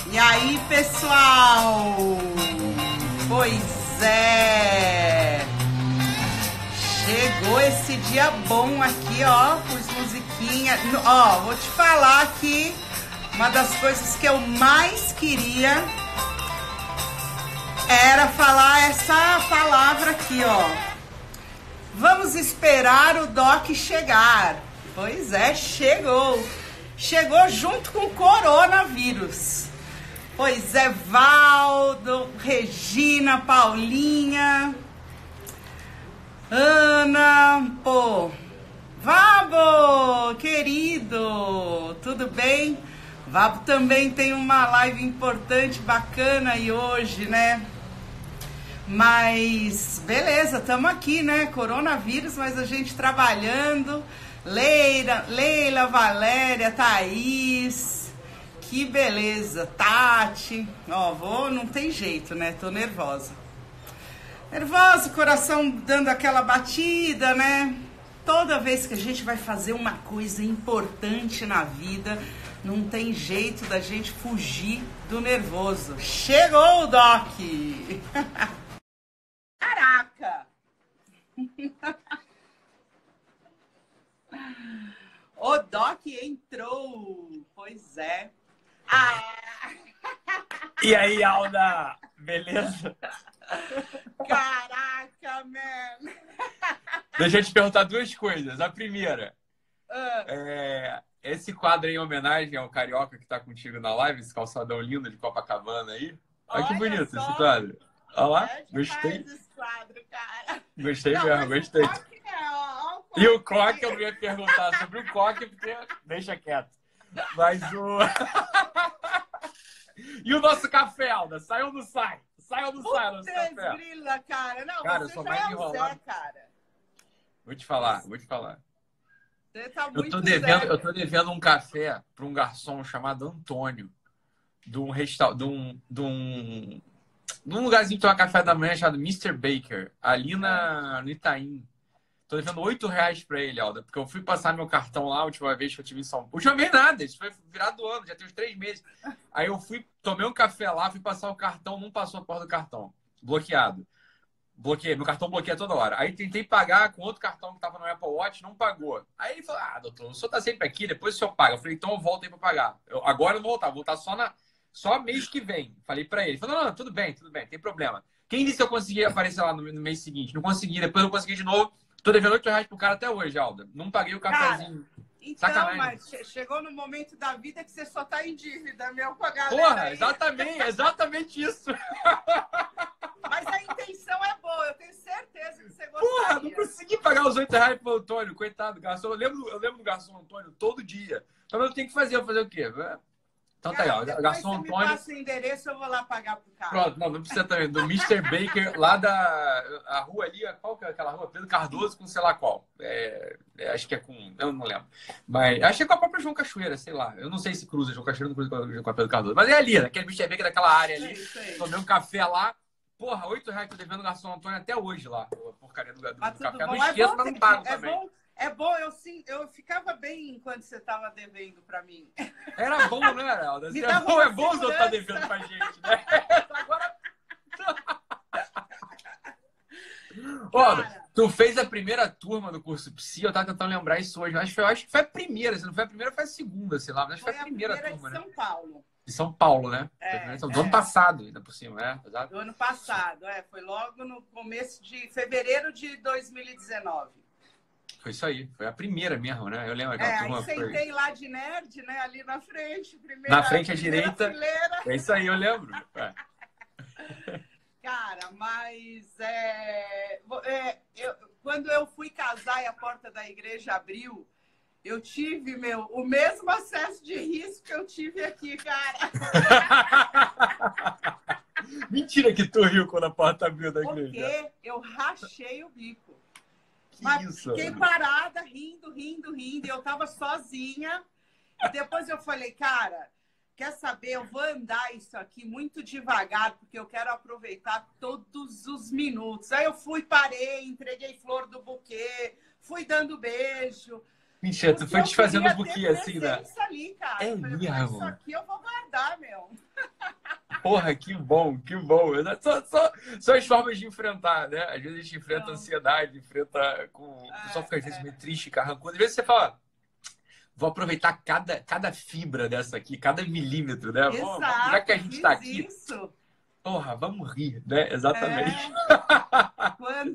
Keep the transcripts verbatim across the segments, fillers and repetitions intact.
E aí, pessoal? Pois é. Chegou esse dia bom aqui, ó, pus musiquinha. Ó, vou te falar que uma das coisas que eu mais queria era falar essa palavra aqui, ó. Vamos esperar o Doc chegar. Pois é, chegou. Chegou junto com o coronavírus. Pois é, Valdo, Regina, Paulinha, Ana, pô, Vabo, querido, tudo bem? Vabo também tem uma live importante, bacana aí hoje, né? Mas, beleza, estamos aqui, né? Coronavírus, mas a gente trabalhando. Leila, Leila, Valéria, Thaís, que beleza, Tati. Ó, vou, não tem jeito, né? Tô nervosa. Nervosa, coração dando aquela batida, né? Toda vez que a gente vai fazer uma coisa importante na vida, não tem jeito da gente fugir do nervoso. Chegou o Doc! Caraca! O Doc entrou! Pois é. Ah! E aí, Alda? Beleza? Caraca, man! Deixa eu te perguntar duas coisas. A primeira, Uh. é, esse quadro aí em homenagem ao Carioca que tá contigo na live, esse calçadão lindo de Copacabana aí. Olha, olha que bonito só esse quadro. Olha lá, é gostei. Esse quadro, cara. Gostei não, mesmo, gostei. O coque, é, ó, o coque. E o coque, eu não ia perguntar sobre o coque, porque deixa quieto. Mas o... E o nosso café, Alda? Sai ou não sai? Sai ou não sai o nosso café? Grila, cara. Não, cara, você eu sou já mais é enrolado. Zé, cara. Vou te falar, vou te falar. Você tá eu, muito tô devendo, Zé. eu tô devendo um café para um garçom chamado Antônio, de um restaurante, de um, de um, de um lugarzinho que toma café da manhã chamado mister Baker, ali na, no Itaim. Tô devendo oito reais pra ele, Alda, porque eu fui passar meu cartão lá a última vez que eu tive em São Paulo. Última vez nada, isso foi virado do ano, já tem uns três meses. Aí eu fui, tomei um café lá, fui passar o cartão, não passou a porra do cartão. Bloqueado. Bloqueei, meu cartão bloqueia toda hora. Aí tentei pagar com outro cartão que tava no Apple Watch, não pagou. Aí ele falou, ah, doutor, o senhor tá sempre aqui, depois o senhor paga. Eu falei, então eu volto aí pra pagar. Eu, agora eu não vou voltar, vou voltar só, na, só mês que vem. Falei pra ele. Ele falou, não, não, tudo bem, tudo bem, tem problema. Quem disse que eu consegui aparecer lá no, no mês seguinte? Não consegui, depois eu consegui de novo. Tô devendo oito reais pro cara até hoje, Alda. Não paguei o cafezinho. Cara, então, sacanagem. Mas chegou no momento da vida que você só tá em dívida, meu, com a galera. Porra, aí. exatamente, exatamente isso. Mas a intenção é boa, eu tenho certeza que você gostaria. Porra, não consegui pagar os oito reais pro Antônio, coitado do garçom. Eu lembro, eu lembro do garçom Antônio todo dia. Então eu tenho que fazer, eu fazer o quê? Então tá aí, ó. Garçom Antônio. Antônio. Me passa o endereço, eu vou lá pagar pro cara. Pronto, não, não precisa também. Do mister Baker, lá da a rua ali, qual que é aquela rua? Pedro Cardoso com sei lá qual. É, é, acho que é com. Eu não lembro. Mas acho que é com a própria João Cachoeira, sei lá. Eu não sei se cruza João Cachoeira, não cruza com a Pedro Cardoso. Mas é ali, naquele mister Baker daquela área ali. Sei, sei. Tomei um café lá. Porra, oito reais que eu tô devendo o garçom Antônio até hoje lá. Porcaria do, do, do café. Bom. Não esqueço, é mas não pago é também. Bom. É bom, eu sim, eu ficava bem enquanto você estava devendo para mim. Era bom, né, Alda? É bom, é bom os outros estar devendo pra gente, né? Agora. Ó, tu fez a primeira turma do curso Psi, eu tava tentando lembrar isso hoje. Acho que foi, acho que foi a primeira, se não foi a primeira, foi a segunda, sei lá. Mas acho que foi a primeira, primeira turma, de São né? Paulo. De São Paulo, né? É, do é. ano passado, ainda por cima, né? Do ano passado, é. Foi logo no começo de fevereiro de dois mil e dezenove. Foi isso aí, foi a primeira mesmo, né? Eu lembro aquela é, turma. Aí sentei foi... lá de nerd, né? Ali na frente, primeira, na frente à direita. Fileira. É isso aí, eu lembro. É. Cara, mas é, é, eu, quando eu fui casar e a porta da igreja abriu, eu tive, meu, o mesmo acesso de risco que eu tive aqui, cara. Mentira que tu riu quando a porta abriu da igreja. Porque eu rachei o bico. Que Mas isso? fiquei parada, rindo, rindo, rindo. E eu tava sozinha. E depois eu falei, cara, quer saber? Eu vou andar isso aqui muito devagar, porque eu quero aproveitar todos os minutos. Aí eu fui, parei, entreguei flor do buquê, fui dando beijo. Mentira, tu foi desfazendo o buquê assim, né? Ali, cara. É eu falei, mesmo. isso aqui eu vou guardar, meu. Porra, que bom, que bom. São, são, são as formas de enfrentar, né? Às vezes a gente enfrenta Não. ansiedade, enfrenta com... O É, pessoal fica às vezes é. meio triste, carrancudo. Às vezes você fala, vou aproveitar cada, cada fibra dessa aqui, cada milímetro, né? Vamos, vamos- já que a Exato, gente fiz tá aqui, isso. porra, vamos rir, né? Exatamente. É, quando...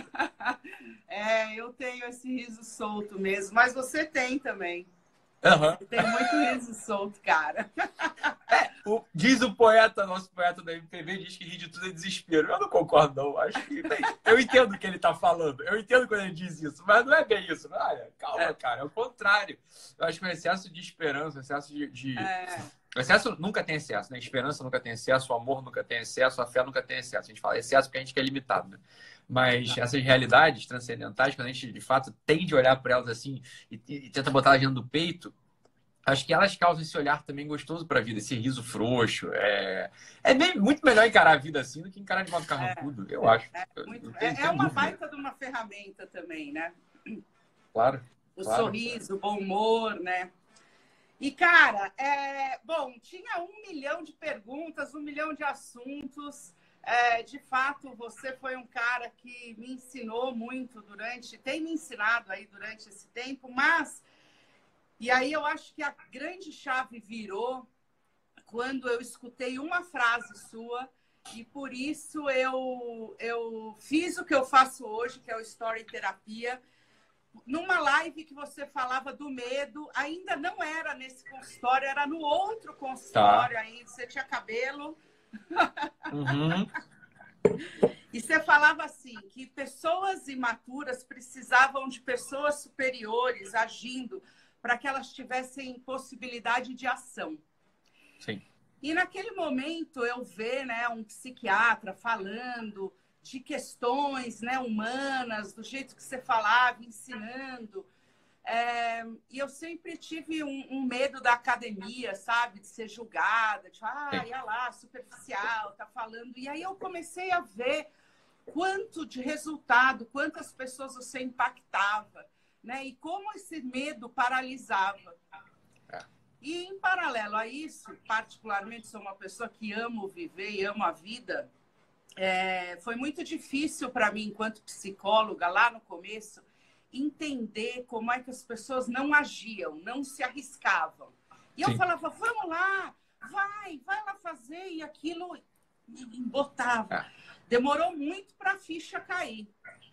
É, eu tenho esse riso solto mesmo, mas você tem também. Aham. Você tem muito riso solto, cara. O- diz o poeta, nosso poeta da M P B, diz que rir de tudo é desespero. Eu não concordo, não. Acho que, bem, eu entendo o que ele tá falando. Eu entendo quando ele diz isso, mas não é bem isso. Olha, calma, cara. É o contrário. Eu acho que o excesso de esperança, o excesso de... de... É, O excesso nunca tem excesso, né? Esperança nunca tem excesso, o amor nunca tem excesso, a fé nunca tem excesso. A gente fala excesso porque a gente quer limitado, né? Mas essas realidades transcendentais, quando a gente, de fato, tende a olhar para elas assim e, e tenta botar elas dentro do peito, acho que elas causam esse olhar também gostoso para a vida, esse riso frouxo. É, é bem, muito melhor encarar a vida assim do que encarar de modo carrancudo, eu acho. é, muito, Não é, tem- é sem uma dúvida. baita de uma ferramenta também, né? Claro, O claro. sorriso, o bom humor, né? E, cara, é, bom, tinha um milhão de perguntas, um milhão de assuntos. É, de fato, você foi um cara que me ensinou muito durante, tem me ensinado aí durante esse tempo, mas, e aí eu acho que a grande chave virou quando eu escutei uma frase sua e por isso eu, eu fiz o que eu faço hoje, que é o Story Terapia, numa live que você falava do medo, ainda não era nesse consultório, era no outro consultório ainda, você tinha cabelo. Uhum. E você falava assim, que pessoas imaturas precisavam de pessoas superiores agindo para que elas tivessem possibilidade de ação. Sim. E naquele momento eu ver, né, um psiquiatra falando de questões, né, humanas, do jeito que você falava, ensinando. É, e eu sempre tive um, um medo da academia, sabe? De ser julgada, de, ah, ia lá, superficial, tá falando. E aí eu comecei a ver quanto de resultado, quantas pessoas você impactava, né? E como esse medo paralisava. E em paralelo a isso, particularmente sou uma pessoa que amo viver e amo a vida, é, foi muito difícil para mim, enquanto psicóloga, lá no começo, entender como é que as pessoas não agiam, não se arriscavam. E eu Sim. falava, vamos lá, vai, vai lá fazer, e aquilo me botava. É. Demorou muito para a ficha cair.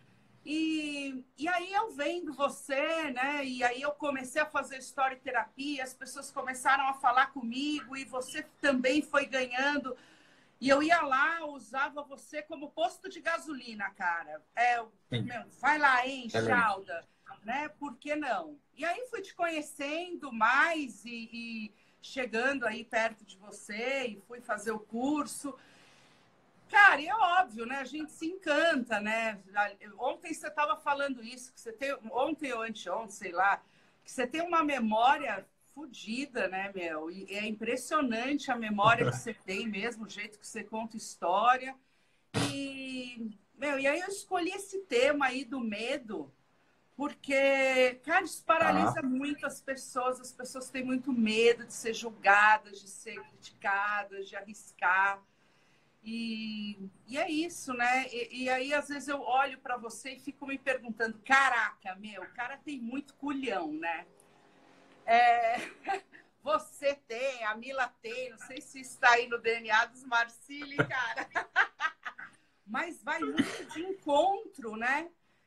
E, e aí eu vendo você, né? E aí eu comecei a fazer story terapia, as pessoas começaram a falar comigo e você também foi ganhando. E eu ia lá, usava você como posto de gasolina, cara. É, meu, vai lá, enche, É Alda, né? Por que não? E aí fui te conhecendo mais e, e chegando aí perto de você e fui fazer o curso. Cara, e é óbvio, né? A gente se encanta, né? Ontem você estava falando isso, que você tem, ontem ou anteontem, sei lá, que você tem uma memória fodida, né, meu? E é impressionante a memória que você tem mesmo, o jeito que você conta história. E, meu, e aí eu escolhi esse tema aí do medo, porque, cara, isso paralisa ah. muito as pessoas. As pessoas têm muito medo de ser julgadas, de ser criticadas, de arriscar. E, e é isso, né? E, e aí, às vezes, eu olho para você e fico me perguntando, caraca, meu, o cara tem muito culhão, né? É, você tem, a Mila tem, não sei se está aí no D N A dos Marcili, cara. Mas vai muito de encontro, né?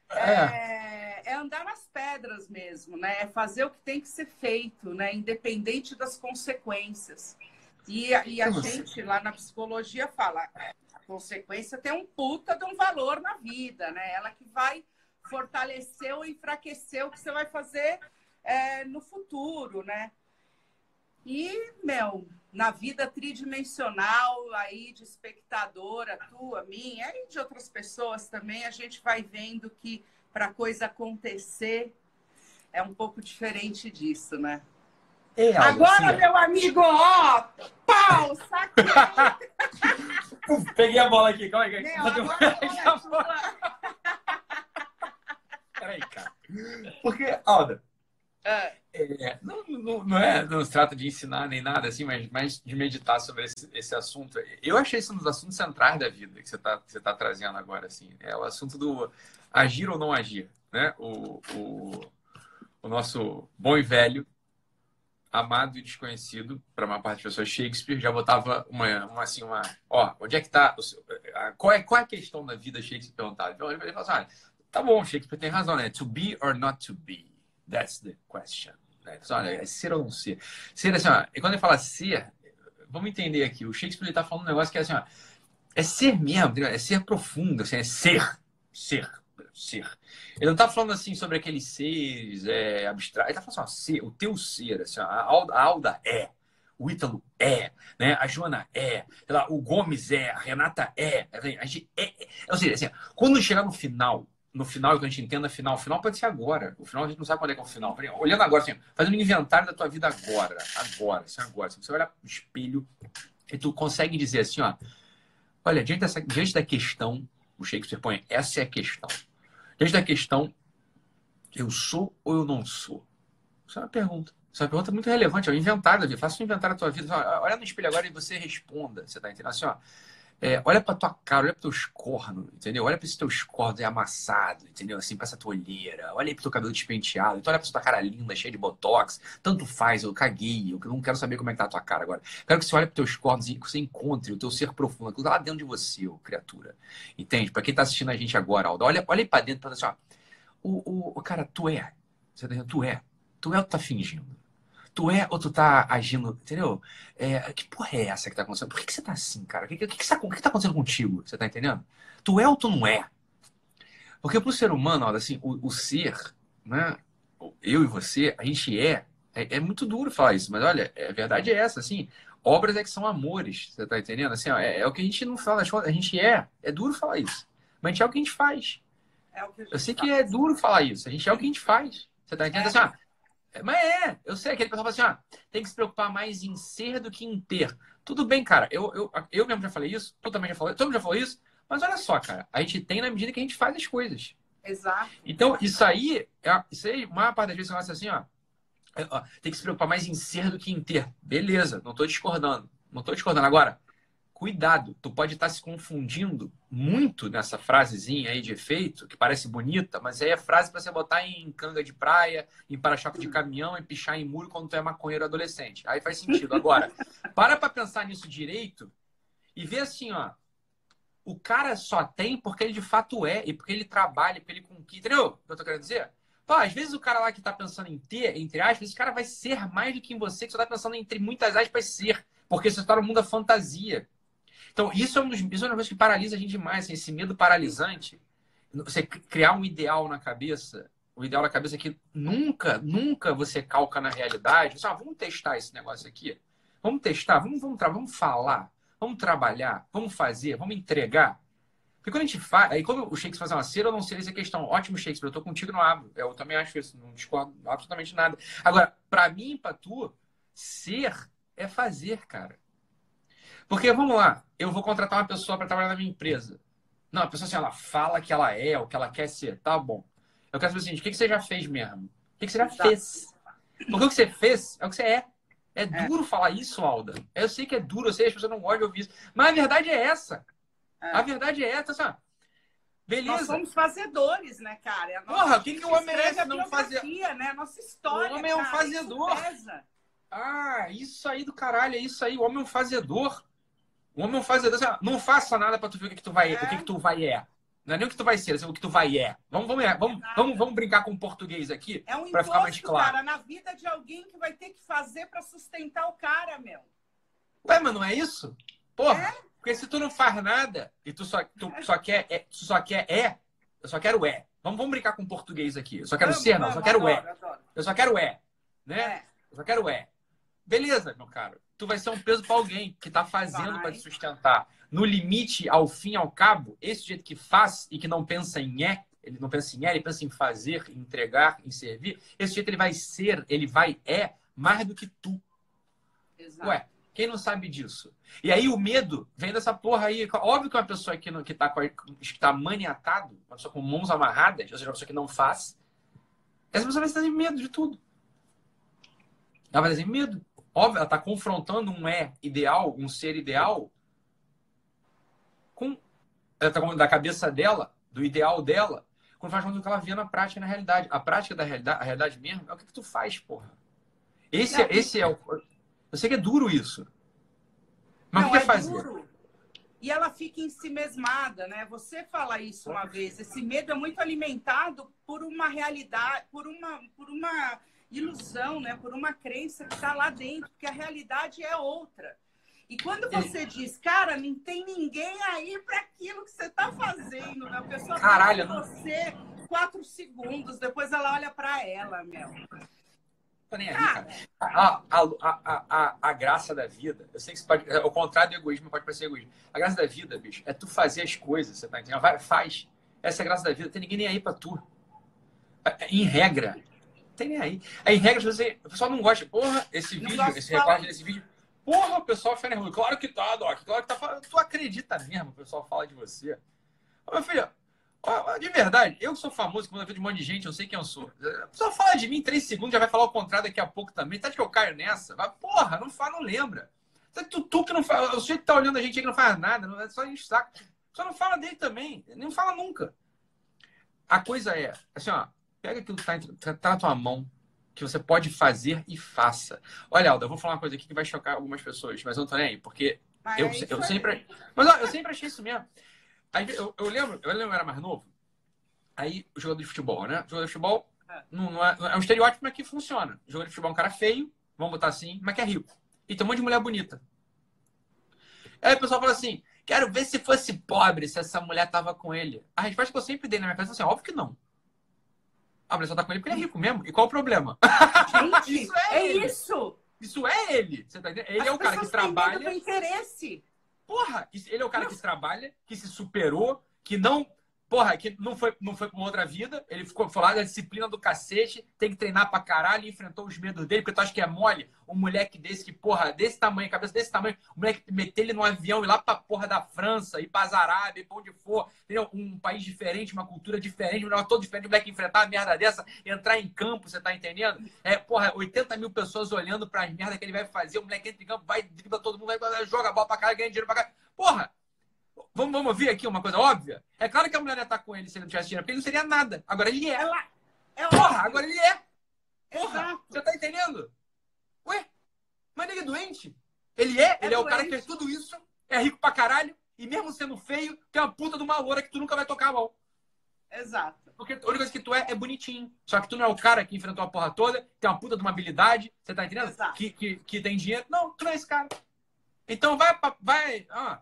É, é andar nas pedras mesmo, né? É fazer o que tem que ser feito, né? Independente das consequências. E, e a gente lá na psicologia fala, a consequência tem um puta de um valor na vida, né? Ela que vai fortalecer ou enfraquecer o que você vai fazer é, no futuro, né? E, meu, na vida tridimensional aí de espectadora, tua, minha, e de outras pessoas também, a gente vai vendo que para a coisa acontecer é um pouco diferente disso, né? É, agora, sim, meu amigo, ó, pau, saquei. Peguei a bola aqui, calma aí. Meu, agora a bola é Peraí, cara. Porque, Alda, É. É, não, não, não, é, não se trata de ensinar nem nada assim, mas, mas de meditar sobre esse, esse assunto. Eu achei esse um dos assuntos centrais da vida que você está você tá trazendo agora, assim. É o assunto do agir ou não agir, né? O, o, o nosso bom e velho, amado e desconhecido para a maior parte das pessoas, Shakespeare, já botava uma, uma assim, uma... Ó, onde é que está... Qual é, qual é a questão da vida, Shakespeare perguntava? Então, ele falava assim, ah, tá bom, Shakespeare tem razão, né? To be or not to be? That's the question. Né? Então, olha, é ser ou não ser? Ser assim, ó, e quando ele fala ser, vamos entender aqui, o Shakespeare está falando um negócio que é assim, ó, é ser mesmo, entendeu? É ser profundo, assim, é ser, ser, ser. Ele não está falando assim sobre aqueles seres é, abstratos, ele está falando assim, ó, ser, o teu ser, assim, ó, a, Alda, a Alda é, o Ítalo é, né? A Joana é, sei lá, o Gomes é, a Renata é, a gente é, é. Ou seja, assim, quando chegar no final, no final, que a gente entenda final, o final pode ser agora. O final a gente não sabe quando é que é o final. Olhando agora, assim, fazendo um inventário da tua vida agora. Agora, assim, agora. Assim, você olha no espelho e tu consegue dizer assim, ó. Olha, diante, dessa, diante da questão, o Shakespeare põe, essa é a questão. Diante da questão, eu sou ou eu não sou? Isso é uma pergunta. Isso é uma pergunta muito relevante. É um inventário da vida. Faça um inventário da tua vida. Olha no espelho agora e você responda. Você tá entendendo? Assim, ó. É, olha pra tua cara, olha pros teus cornos, entendeu? Olha pra esses teus cornos aí amassados, entendeu? Assim, pra essa tua olheira. Olha aí pro teu cabelo despenteado. Então olha pra tua cara linda, cheia de botox. Tanto faz, eu caguei. Eu não quero saber como é que tá a tua cara agora. Quero que você olhe pros teus cornos e que você encontre o teu ser profundo. Aquilo tá lá dentro de você, ô, criatura. Entende? Pra quem tá assistindo a gente agora, Alda, olha, olha aí pra dentro e fala assim, ó. O, o, o cara, tu é. Você tá entendendo? Tu é. Tu é ou tu tá fingindo? Tu é ou tu tá agindo, entendeu? É, que porra é essa que tá acontecendo? Por que, que você tá assim, cara? O que, que, que, que, tá, que tá acontecendo contigo? Você tá entendendo? Tu é ou tu não é? Porque pro ser humano, olha, assim, o, o ser, né? Eu e você, a gente é, é. É muito duro falar isso, mas olha, a verdade é essa, assim. Obras é que são amores, você tá entendendo? Assim, ó, é, é o que a gente não fala das contas, a gente é. É duro falar isso. Mas a gente é o que a gente faz. É o que a gente Eu sei faz. que é duro falar isso. A gente é o que a gente faz. Você tá entendendo? É. Assim, ó, mas é, eu sei, aquele pessoal fala assim, ah, tem que se preocupar mais em ser do que em ter. Tudo bem, cara, eu, eu, eu mesmo já falei isso, tu também já falou, todo mundo já falou isso, mas olha só, cara, a gente tem na medida que a gente faz as coisas. Exato. Então, isso aí, é, isso aí, a maior parte das vezes você fala assim, ó, é, ó, tem que se preocupar mais em ser do que em ter. Beleza, não tô discordando, não tô discordando. Agora, cuidado, tu pode estar se confundindo muito nessa frasezinha aí de efeito, que parece bonita, mas aí é frase para você botar em canga de praia, em para-choque de caminhão, em pichar em muro quando tu é maconheiro adolescente. Aí faz sentido. Agora, para pra pensar nisso direito e ver assim, ó, o cara só tem porque ele de fato é, e porque ele trabalha, porque ele conquista. Entendeu o que eu tô querendo dizer? Pô, às vezes o cara lá que tá pensando em ter, entre aspas, esse cara vai ser mais do que em você, que só tá pensando entre muitas aspas ser, porque você tá no mundo da fantasia. Então, isso é, um dos, isso é uma coisa que paralisa a gente demais, assim, esse medo paralisante. Você criar um ideal na cabeça, o ideal na cabeça que nunca, nunca você calca na realidade. Você, ah, vamos testar esse negócio aqui. Vamos testar, vamos, vamos, vamos falar, vamos trabalhar, vamos fazer, vamos entregar. Porque quando a gente faz. Aí quando o Shakespeare faz uma ser ou não ser, essa é a questão. Ótimo, Shakespeare, eu tô contigo no abro. Eu também acho isso, não discordo absolutamente nada. Agora, pra mim e pra tu, ser é fazer, cara. Porque, vamos lá, eu vou contratar uma pessoa para trabalhar na minha empresa. Não, a pessoa assim, ela fala que ela é, o que ela quer ser. Tá bom. Eu quero saber o seguinte, o que você já fez mesmo? O que você já fez? Porque o que você fez é o que você é. É duro é. falar isso, Alda. Eu sei que é duro, eu sei que as pessoas não gostam de ouvir isso. Mas a verdade é essa. É. A verdade é essa, assim, beleza. Nós somos fazedores, né, cara? É Porra, o que, que o homem merece não fazer? Né? A nossa história, o homem é um cara, fazedor. Ah, isso aí do caralho, é isso aí. O homem é um fazedor. O homem é um fazedor. Assim, não faça nada pra tu ver o que, que tu vai, é. o que, que tu vai é. Não é nem o que tu vai ser, é o que tu vai é. Vamos, vamos, vamos, é vamos, vamos brincar com o português aqui é um pra imposto, ficar mais claro. Cara, na vida de alguém que vai ter que fazer pra sustentar o cara, meu. Ué, mas não é isso? Porra, é? porque se tu não faz nada e tu só, tu é. só quer é, tu só quer é, eu só quero é. Vamos, vamos brincar com o português aqui. Eu só quero amo, ser, não, eu só quero adoro, é. Adoro. Eu só quero é, né? É. Eu só quero é. Beleza, meu caro. Tu vai ser um peso pra alguém que tá fazendo para te sustentar. No limite, ao fim, ao cabo, esse jeito que faz e que não pensa em é, ele não pensa em é, ele pensa em fazer, em entregar, em servir. Esse jeito ele vai ser, ele vai é mais do que tu. Exato. Ué, quem não sabe disso? E aí o medo vem dessa porra aí. Óbvio que uma pessoa que, não, que, tá, que tá maniatado, uma pessoa com mãos amarradas, ou seja, uma pessoa que não faz, essa pessoa vai estar com medo de tudo. Ela vai dizer medo. Óbvio, ela está confrontando um é ideal, um ser ideal, com ela tá da cabeça dela, do ideal dela, quando faz do que ela vê na prática, na realidade. A prática da realidade, a realidade mesmo, é o que, que tu faz, porra. Esse, Não, é, esse é o... Eu sei que é duro isso. Mas não, o que é é fazer? duro. E ela fica ensimesmada, né? Você fala isso uma vez. Esse medo é muito alimentado por uma realidade, por uma, por uma ilusão, né? Por uma crença que está lá dentro, que a realidade é outra. E quando você diz, cara, não tem ninguém aí para aquilo que você está fazendo, né? A pessoa Caralho, pensa em você quatro segundos, depois ela olha para ela, meu. Tô nem aí, cara. A, a, a, a, a graça da vida, eu sei que isso pode, ao contrário do egoísmo, pode parecer egoísmo. A graça da vida, bicho, é tu fazer as coisas, você tá entendendo? Vai, faz. Essa é a graça da vida, não tem ninguém nem aí pra tu. Em regra, não tem nem aí. Em regra, se você, o pessoal não gosta, porra, esse Não vídeo, esse recorte desse vídeo, porra, o pessoal fica nervoso. Claro que tá, Doc, claro que tá. Tu acredita mesmo, o pessoal fala de você. Ô, meu filho, de verdade, eu sou famoso, quando eu vejo um monte de gente, eu sei quem eu sou. A pessoa fala de mim em três segundos, já vai falar o contrário daqui a pouco também. Tá de que eu caio nessa? Mas, porra, não fala, não lembra. Tu, tu que não fala, o sujeito que tá olhando a gente aí que não faz nada, não é só enche o saco. Só não fala dele também, não fala nunca. A coisa é, assim, ó, pega aquilo que tá, tá, tá na tua mão, que você pode fazer e faça. Olha, Alda, eu vou falar uma coisa aqui que vai chocar algumas pessoas, mas eu não tô nem aí, porque eu, É eu sempre. Mas ó, eu sempre achei isso mesmo. Aí, eu, eu lembro, eu lembro, eu era mais novo. Aí, o jogador de futebol, né? O jogador de futebol não, não é, é um estereótipo, mas que funciona. O jogador de futebol é um cara feio, vamos botar assim, mas que é rico. E tem um monte de mulher bonita. Aí o pessoal fala assim, quero ver se fosse pobre, se essa mulher tava com ele. A resposta que eu sempre dei na minha cabeça é assim, óbvio que não. A mulher só tá com ele porque ele é rico mesmo. E qual o problema? Gente, isso é, é ele. isso. Isso é ele. Você tá entendendo? Ele As é o cara que trabalha. Do interesse. Porra, ele é o cara Nossa. que trabalha, que se superou, que não... Porra, que não foi, não foi pra uma outra vida. Ele ficou falando da disciplina do cacete, tem que treinar pra caralho, e enfrentou os medos dele, porque tu acha que é mole? Um moleque desse, que, porra, desse tamanho, cabeça desse tamanho, um moleque meter ele no avião, ir lá pra porra da França, ir pra Arábia, ir pra onde for, entendeu? Um país diferente, uma cultura diferente, um negócio todo diferente, um moleque enfrentar uma merda dessa, entrar em campo, você tá entendendo? É, porra, oitenta mil pessoas olhando pra merda que ele vai fazer, o moleque entra em campo, vai, dribla todo mundo, vai, joga a bola pra caralho, ganha dinheiro pra caralho. Porra! Vamos, vamos ver aqui uma coisa óbvia? É claro que a mulher ia estar com ele se ele não tivesse dinheiro, porque ele não seria nada. Agora ele é. Ela, ela... Porra, agora ele é. Porra, Exato. você tá entendendo? Ué, mas ele é doente. Ele é, ele é, é o cara que fez tudo isso, é rico pra caralho, e mesmo sendo feio, tem uma puta de uma loura que tu nunca vai tocar a mão. Exato. Porque a única coisa que tu é, é bonitinho. Só que tu não é o cara que enfrentou a porra toda, tem uma puta de uma habilidade, você tá entendendo? Exato. Que, que, que tem dinheiro. Não, tu não é esse cara. Então vai, vai... Ah.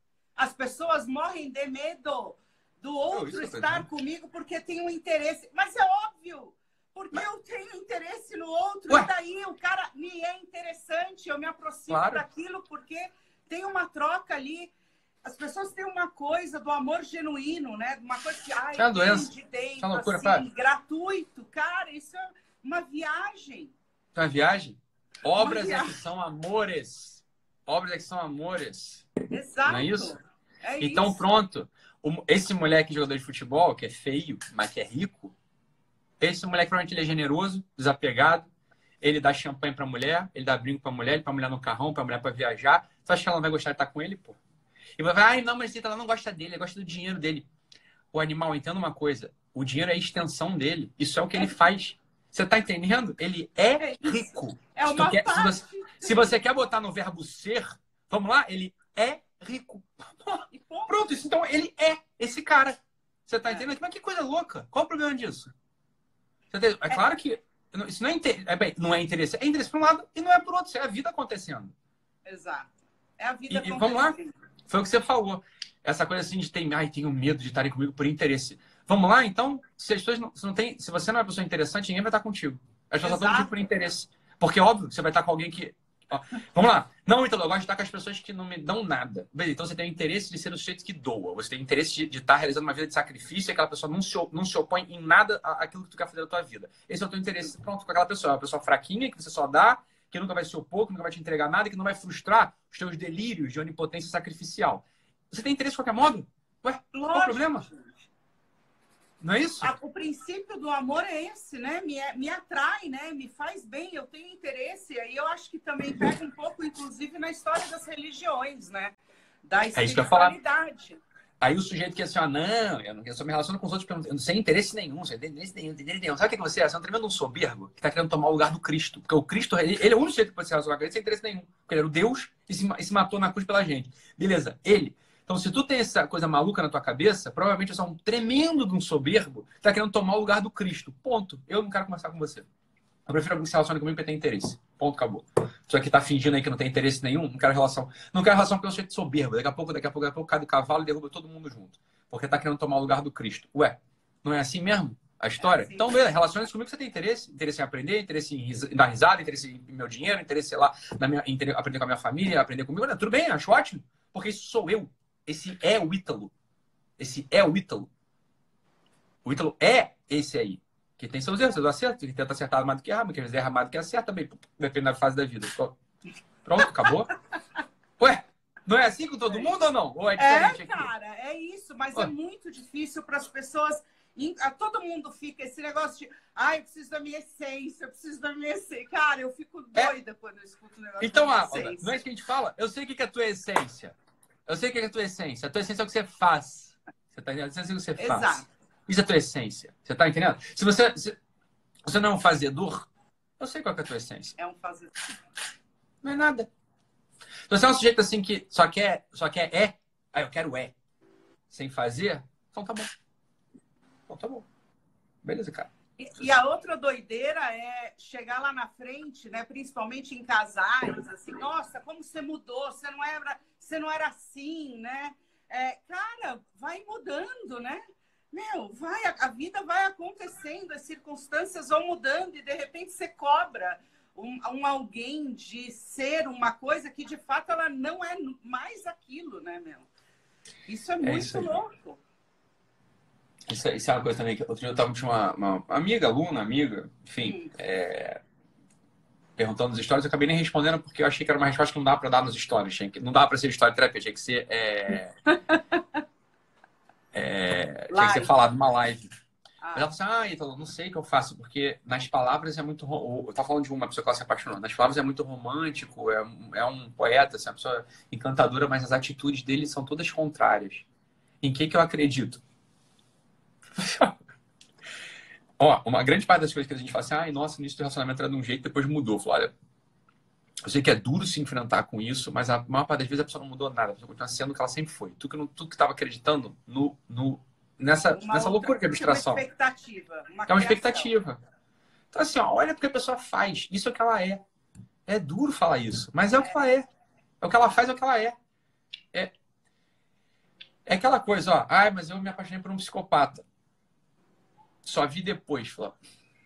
As pessoas morrem de medo do outro oh, estar comigo porque tem um interesse. Mas é óbvio, porque Mas... eu tenho interesse no outro. Ué? E daí o cara me é interessante, eu me aproximo claro. daquilo porque tem uma troca ali. As pessoas têm uma coisa do amor genuíno, né? Uma coisa que, ai, é uma doença. De dentro, é uma loucura, assim, gratuito. Cara, isso é uma viagem. Uma viagem? Obras uma viagem. É que são amores. Obras é que são amores. Exato. Não é isso? É então, isso. pronto. Esse moleque jogador de futebol, que é feio, mas que é rico, esse moleque provavelmente ele é generoso, desapegado, ele dá champanhe pra mulher, ele dá brinco pra mulher, ele pra mulher no carrão, pra mulher pra viajar. Você acha que ela não vai gostar de estar com ele, pô? E vai falar, ai, não, mas ela não gosta dele, ela gosta do dinheiro dele. O animal, entenda uma coisa, o dinheiro é a extensão dele, isso é o que ele faz. Você tá entendendo? Ele é rico. É uma quer, parte. Se você, se você quer botar no verbo ser, vamos lá, ele é rico. Pronto, isso, então ele é esse cara. Você tá entendendo? É. Mas que coisa louca. Qual o problema disso? Você tá... É claro que isso não é, inter... é bem, não é interesse. É interesse por um lado e não é por outro. Isso é a vida acontecendo. Exato. É a vida e, acontecendo. E vamos lá. Foi o que você falou. Essa coisa assim de ter, ai, tenho medo de estarem comigo por interesse. Vamos lá, então, se as pessoas não, se não tem, se você não é uma pessoa interessante, ninguém vai estar contigo. As pessoas estão contigo por interesse. Porque, óbvio, você vai estar com alguém que... Ó, vamos lá. Não, então, eu gosto de estar com as pessoas que não me dão nada. Beleza, então você tem o interesse de ser o sujeito que doa. Você tem o interesse de, de estar realizando uma vida de sacrifício e aquela pessoa não se, não se opõe em nada àquilo que tu quer fazer da tua vida. Esse é o teu interesse, pronto, com aquela pessoa. É uma pessoa fraquinha, que você só dá, que nunca vai se opor, que nunca vai te entregar nada, que não vai frustrar os teus delírios de onipotência sacrificial. Você tem interesse de qualquer modo? Ué, Lógico. qual o problema? Não é isso? A, o princípio do amor é esse, né? Me, me atrai, né? Me faz bem, eu tenho interesse. Aí eu acho que também pega um pouco, inclusive, na história das religiões, né? Da É isso que eu ia falar. espiritualidade. Aí o sujeito que é assim, ah, não, eu, não, eu só me relaciono com os outros porque eu não, sem interesse nenhum, sem interesse nenhum, sem interesse nenhum. Sabe o que você é? Você é um tremendo um soberbo que está querendo tomar o lugar do Cristo. Porque o Cristo, ele, ele é o único sujeito que pode se relacionar com ele sem interesse nenhum. Porque ele era o Deus e se, e se matou na cruz pela gente. Beleza, ele. Então, se tu tem essa coisa maluca na tua cabeça, provavelmente você é um tremendo de um soberbo que está querendo tomar o lugar do Cristo. Ponto. Eu não quero conversar com você. Eu prefiro alguém que se relacione comigo porque tem interesse. Ponto, acabou. Só que tá fingindo aí que não tem interesse nenhum, não quero relação. Não quero relação com o sujeito de soberbo. Daqui a pouco, daqui a pouco, daqui a pouco cai do cavalo e derruba todo mundo junto. Porque tá querendo tomar o lugar do Cristo. Ué, não é assim mesmo a história? É assim. Então, beleza, relacione-se comigo que você tem interesse. Interesse em aprender, interesse em, ris em dar risada, interesse em meu dinheiro, interesse, sei lá, na minha, em aprender com a minha família, aprender comigo. Não, tudo bem, acho ótimo. Porque isso sou eu. Esse é o Ítalo. Esse é o Ítalo. O Ítalo é esse aí. Que tem seus erros, seus acertos, que tenta acertar mais do que errar, que às vezes erra mais do que acerta, também, depende da fase da vida. Pronto, acabou? Ué, não é assim com todo mundo ou não? Ou é diferente aqui? É, cara, é isso, mas Ué. É muito difícil para as pessoas. Todo mundo fica esse negócio de, ah, eu preciso da minha essência, eu preciso da minha essência. Cara, eu fico doida é. quando eu escuto o negócio então, da minha ah, essência. Não é isso que a gente fala? Eu sei o que é a tua essência. Eu sei o que é a tua essência. A tua essência é o que você faz. Você tá entendendo? Eu sei o que você faz. Exato. Isso é a tua essência. Você tá entendendo? Se você, se você não é um fazedor, eu sei qual é a tua essência. É um fazedor. Não é nada. Se você é um sujeito assim que só quer, só quer é, ah, eu quero é, sem fazer, então tá bom. Então tá bom. Beleza, cara. E, e a outra doideira é chegar lá na frente, né? Principalmente em casais, assim, nossa, como você mudou, você não era, você não era assim, né? É, cara, vai mudando, né? Meu, vai, a, a vida vai acontecendo, as circunstâncias vão mudando e de repente você cobra um, um alguém de ser uma coisa que de fato ela não é mais aquilo, né, meu? Isso é muito é isso louco. Isso, isso é uma coisa também que outro dia eu tava com uma, uma amiga, aluna, amiga, enfim, hum. é, perguntando nos stories, eu acabei nem respondendo porque eu achei que era uma resposta que não dá para dar nos stories, tinha que, não dá para ser história terapia, tinha que ser é, é, tinha que ser falado numa live. Ah. Mas ela falou assim, ah, Ítalo, não sei o que eu faço, porque nas palavras é muito... Eu tava falando de uma pessoa que ela se apaixonou. Nas palavras é muito romântico, é, é um poeta, assim, uma pessoa encantadora, mas as atitudes dele são todas contrárias. Em que que eu acredito? Ó, uma grande parte das coisas que a gente fala assim, ai, nossa, no início do relacionamento era de um jeito, depois mudou. Falou, olha, eu sei que é duro se enfrentar com isso, mas a maior parte das vezes a pessoa não mudou nada, a pessoa continua sendo o que ela sempre foi. Tu que não, tu que estava acreditando no, no, nessa, nessa loucura que é abstração. Uma expectativa. Uma é uma expectativa. Então, assim, ó, olha porque a pessoa faz. Isso é o que ela é. É duro falar isso, mas é, é o que ela é. É o que ela faz, é o que ela é. É, é aquela coisa, ó, ai, mas eu me apaixonei por um psicopata. Só vi depois, falou.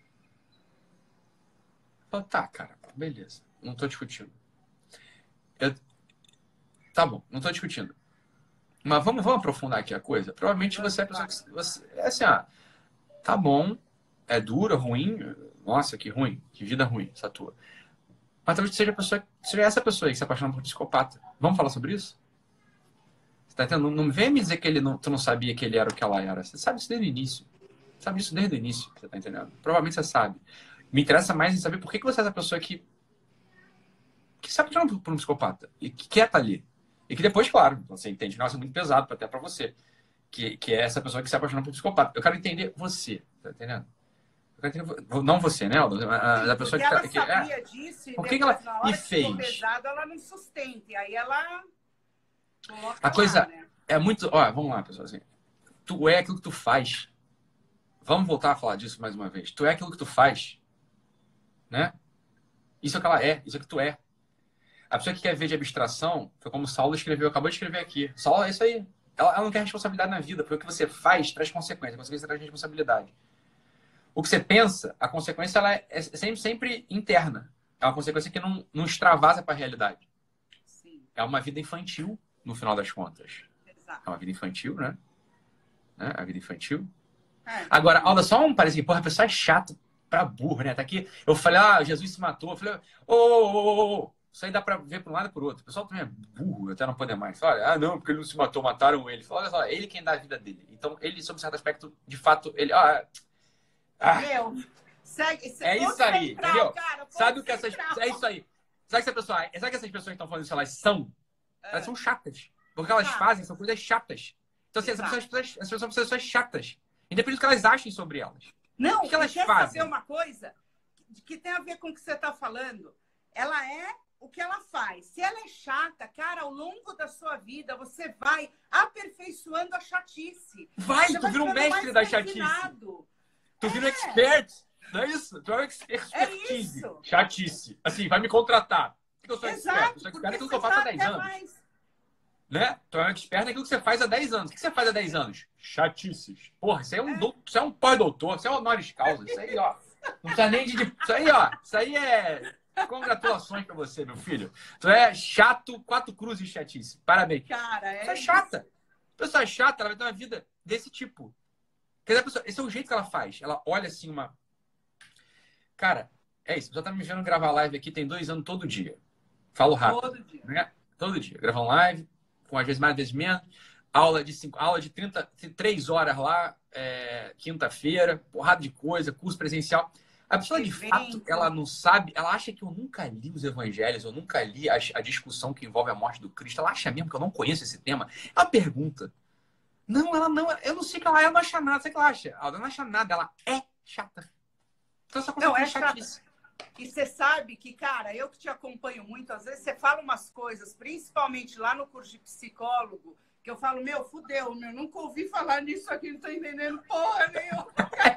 Falou, tá, cara, beleza. Não tô discutindo. Eu... Tá bom, não tô discutindo. Mas vamos, vamos aprofundar aqui a coisa. Provavelmente você é a pessoa que... Você, é assim, ah, tá bom, é dura, ruim. Nossa, que ruim, que vida ruim essa tua. Mas talvez seja, a pessoa, seja essa pessoa aí que se apaixona por um psicopata. Vamos falar sobre isso? Você tá entendendo? Não, não vem me dizer que ele não, tu não sabia que ele era o que ela era. Você sabe isso desde o início. Sabe isso desde o início, você tá entendendo? Provavelmente você sabe. Me interessa mais em saber por que, que você é essa pessoa que que se apaixona por um psicopata e que quer estar ali. E que depois, claro, você entende que nossa, é muito pesado até pra você. Que, que é essa pessoa que se apaixona por um psicopata. Eu quero entender você, tá entendendo? Eu quero entender, não você, né, Aldo? A, a pessoa que, ela que sabia é, disso e por que, que ela na hora e que fez? ficou pesado, ela não sustenta. E aí ela coloca a coisa lá, né? É muito... Ó, vamos lá, pessoal. Assim, tu é aquilo que tu faz. Vamos voltar a falar disso mais uma vez. Tu é aquilo que tu faz. Né? Isso é o que ela é. Isso é o que tu é. A pessoa que quer ver de abstração, foi como o Saulo escreveu, acabou de escrever aqui. Saulo, é isso aí. Ela, ela não quer responsabilidade na vida, porque o que você faz traz consequência. A consequência traz responsabilidade. O que você pensa, a consequência ela é sempre, sempre interna. É uma consequência que não, não extravasa para a realidade. Sim. É uma vida infantil, no final das contas. Exato. É uma vida infantil, né? né? A vida infantil. É. Agora, Alda, só um parece que, porra, a pessoa é chata pra burro, né? Tá aqui, eu falei, ah, Jesus se matou. Eu falei, ô, ô, ô, ô, Isso aí dá pra ver para um lado e por outro. O pessoal também é burro, até não poder mais. Olha, ah, não, porque ele não se matou, mataram ele. Olha só, ele quem dá a vida dele. Então, ele, sob certo aspecto, de fato, ele... Ah, ah, Meu, segue, segue, é isso aí, central, entendeu? Cara, sabe o que essas... É isso aí. Sabe que, essa pessoa, sabe que essas pessoas que estão falando isso, elas são? É. Elas são chatas. Porque elas chatas. fazem, são coisas chatas. Então, assim, essas pessoas, essas pessoas são pessoas chatas. Independente do que elas achem sobre elas. Não, o que elas quer fazem? saber uma coisa que tem a ver com o que você está falando? Ela é o que ela faz. Se ela é chata, cara, ao longo da sua vida, você vai aperfeiçoando a chatice. Vai, você tu vira um mestre da chatice. Tu vira um expert. Não é isso? Tu é um expert. É isso. Chatice. Assim, vai me contratar. O que eu sou Exato, expert? Eu sou expert naquilo que eu faço há dez anos. Mais. Né? Tu é um expert naquilo que você faz há dez anos. O que você faz há dez anos? Chatices. Porra, isso aí é um, é. Do... isso é um pós-doutor, isso é um honoris causa. Isso aí, ó. Não precisa nem de... Isso aí, ó. Isso aí é... Congratulações pra você, meu filho. Tu é chato, quatro cruzes de chatice. Parabéns. Cara, é. Você é chata. A pessoa é chata, ela vai ter uma vida desse tipo. Quer dizer, a pessoa... esse é o jeito que ela faz. Ela olha assim uma... Cara, é isso. A pessoa tá me vendo gravar live aqui tem dois anos todo dia. Falo rápido. Todo dia. Né? Todo dia. Gravando live, com às vezes mais, às vezes menos. Aula de, cinco, aula de trinta, três horas lá, é, quinta-feira, porrada de coisa, curso presencial. A pessoa, de fato, ela não sabe, ela acha que eu nunca li os evangelhos, eu nunca li a, a discussão que envolve a morte do Cristo. Ela acha mesmo que eu não conheço esse tema. Ela pergunta. Não, ela não, eu não sei o que ela é, ela não acha nada. Sabe o que ela acha? Ela não acha nada, ela é chata. Então, essa coisa não, é chatice. E você sabe que, cara, eu que te acompanho muito, às vezes você fala umas coisas, principalmente lá no curso de psicólogo, que eu falo, meu, fudeu, meu, nunca ouvi falar nisso aqui, não tô entendendo porra nenhuma.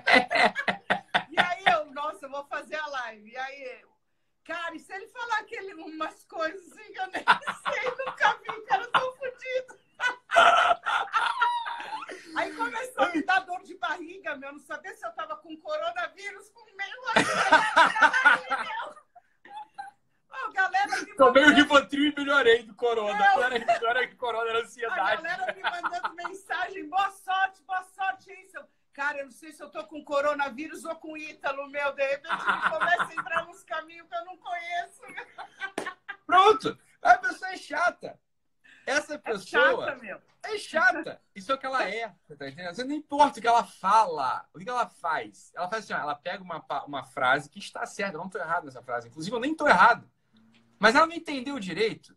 E aí eu, nossa, eu vou fazer a live. E aí eu, cara, e se ele falar aquele, umas coisas assim que eu nem sei, nunca vi, cara, eu tô fudido. Aí começou a me dar dor de barriga, meu, não sabia se eu tava com coronavírus, com meio oh, galera me Tomei o Rivotril e melhorei do corona. Não era, não era que corona, era ansiedade. A galera me mandando mensagem, boa sorte, boa sorte, isso. Cara, eu não sei se eu tô com coronavírus ou com Ítalo, meu, de repente ele começa a entrar nos caminhos que eu não conheço. Pronto, a pessoa é chata. Essa pessoa é chata, meu. É chata. Isso é o que ela é. Você tá entendendo? Você não importa o que ela fala, o que ela faz. Ela faz assim, ó, ela pega uma, uma frase que está certa. Eu não estou errado nessa frase. Inclusive, eu nem estou errado. Mas ela não entendeu direito.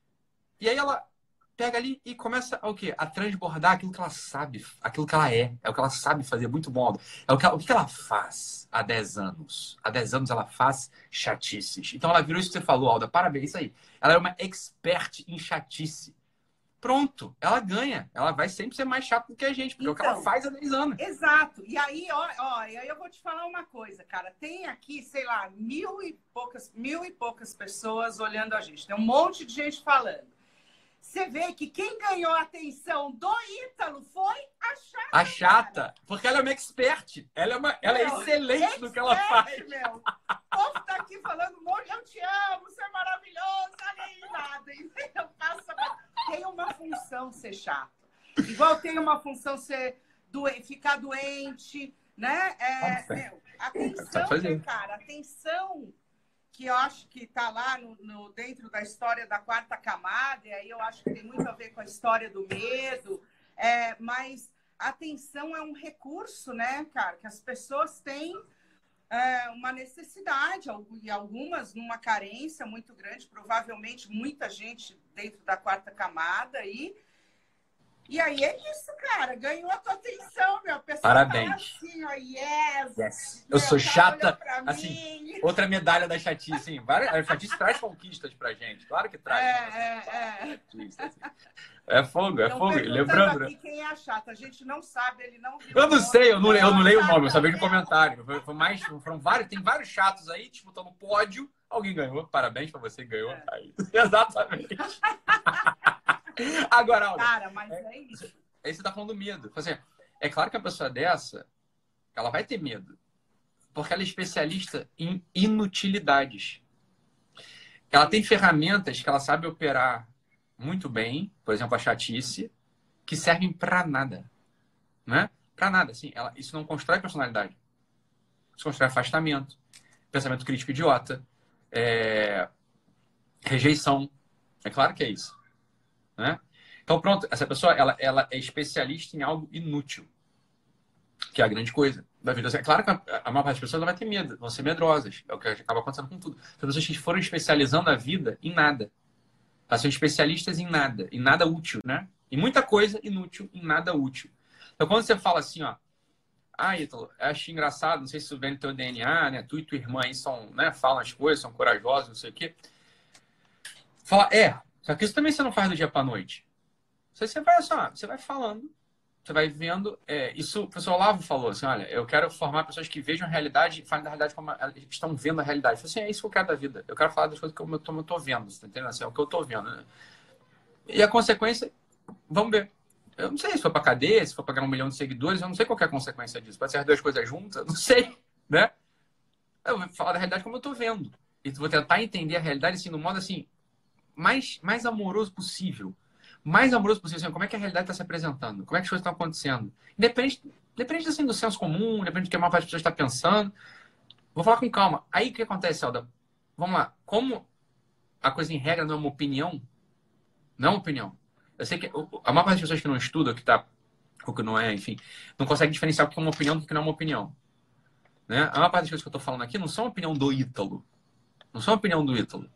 E aí ela pega ali e começa a, o quê? A transbordar aquilo que ela sabe, aquilo que ela é. É o que ela sabe fazer muito bom. É o que, ela, o que ela faz há dez anos. Há dez anos ela faz chatices. Então ela virou isso que você falou, Alda. Parabéns, isso aí. Ela é uma expert em chatice. Pronto, ela ganha. Ela vai sempre ser mais chata do que a gente, porque então, é o que ela faz há dez anos. Exato. E aí, ó, ó, e aí eu vou te falar uma coisa, cara. Tem aqui, sei lá, mil e poucas, mil e poucas pessoas olhando a gente. Tem um monte de gente falando. Você vê que quem ganhou a atenção do Ítalo foi a chata. A chata, cara. Porque ela é uma expert. Ela é, uma, ela meu, é excelente expert, no que ela faz. Meu. O povo tá aqui falando um monte, eu te amo, você é maravilhoso, olha aí, nada. Eu faço... Tem uma função ser chato. Igual tem uma função ser doen- ficar doente, né? É, meu, atenção, né, cara? Atenção, que eu acho que tá lá no, no, dentro da história da quarta camada, e aí eu acho que tem muito a ver com a história do medo. É, mas atenção é um recurso, né, cara? Que as pessoas têm é, uma necessidade, e algumas numa carência muito grande, provavelmente muita gente dentro da quarta camada aí. E aí é isso, cara. Ganhou a tua atenção, meu. Pessoal. Parabéns. Tá assim, ó, yes. yes. Eu sou tá chata. Assim, outra medalha da chatice, hein? A chatice traz conquistas pra gente. Claro que traz. É, é, é. É fogo, é então, fogo. Lembrando, aqui, né? Quem é a chata? A gente não sabe, ele não viu. Eu não sei, eu não, eu não leio o nome, eu só vejo no comentário. Foi mais, foram vários, tem vários chatos aí disputando pódio. Alguém ganhou. Parabéns pra você que ganhou. É. Aí. Exatamente. Agora, Alda, cara, mas é isso. Aí você tá falando do medo. Assim, é claro que a pessoa dessa, ela vai ter medo. Porque ela é especialista em inutilidades. Ela tem ferramentas que ela sabe operar muito bem, por exemplo, a chatice, que servem para nada. Né? Para nada, assim. Ela, isso não constrói personalidade. Isso constrói afastamento, pensamento crítico idiota, é... Rejeição. É claro que é isso. Né? Então, pronto, essa pessoa ela, ela é especialista em algo inútil, que é a grande coisa da vida. É claro que a, a maior parte das pessoas ela vai ter medo, vão ser medrosas. É o que acaba acontecendo com tudo. São pessoas que foram especializando a vida em nada. Elas são especialistas em nada, em nada útil, né? Em muita coisa inútil, em nada útil. Então, quando você fala assim, ó, ah, Ítalo, eu acho engraçado, não sei se isso vem no teu D N A, né? Tu e tua irmã aí são, né, falam as coisas, são corajosos, não sei o quê. Fala, é, só que isso também você não faz do dia pra noite. Você vai só, você vai falando, você vai vendo. É, isso o professor Olavo falou assim: olha, eu quero formar pessoas que vejam a realidade e falem da realidade como elas estão vendo a realidade. Eu falei assim, é isso que eu quero da vida. Eu quero falar das coisas que eu tô, eu tô vendo, você tá entendendo? Assim, é o que eu tô vendo. Né? E a consequência, vamos ver. Eu não sei se for pra cadeia, se for pra ganhar um milhão de seguidores, eu não sei qual que é a consequência disso. Pode ser as duas coisas juntas, eu não sei, né? Eu vou falar da realidade como eu tô vendo. E vou tentar entender a realidade assim, no modo assim, mais, mais amoroso possível. Mais amoroso possível, assim, como é que a realidade está se apresentando, como é que as coisas estão acontecendo. Depende, depende assim, do senso comum, depende do que a maior parte das pessoas está pensando. Vou falar com calma. Aí o que acontece, Alda? Vamos lá. Como a coisa em regra não é uma opinião, não é uma opinião. Eu sei que a maior parte das pessoas que não estudam, que tá, ou que não é, enfim, não consegue diferenciar o que é uma opinião do que não é uma opinião. Né? A maior parte das coisas que eu estou falando aqui não são a opinião do Ítalo. Não são a opinião do Ítalo.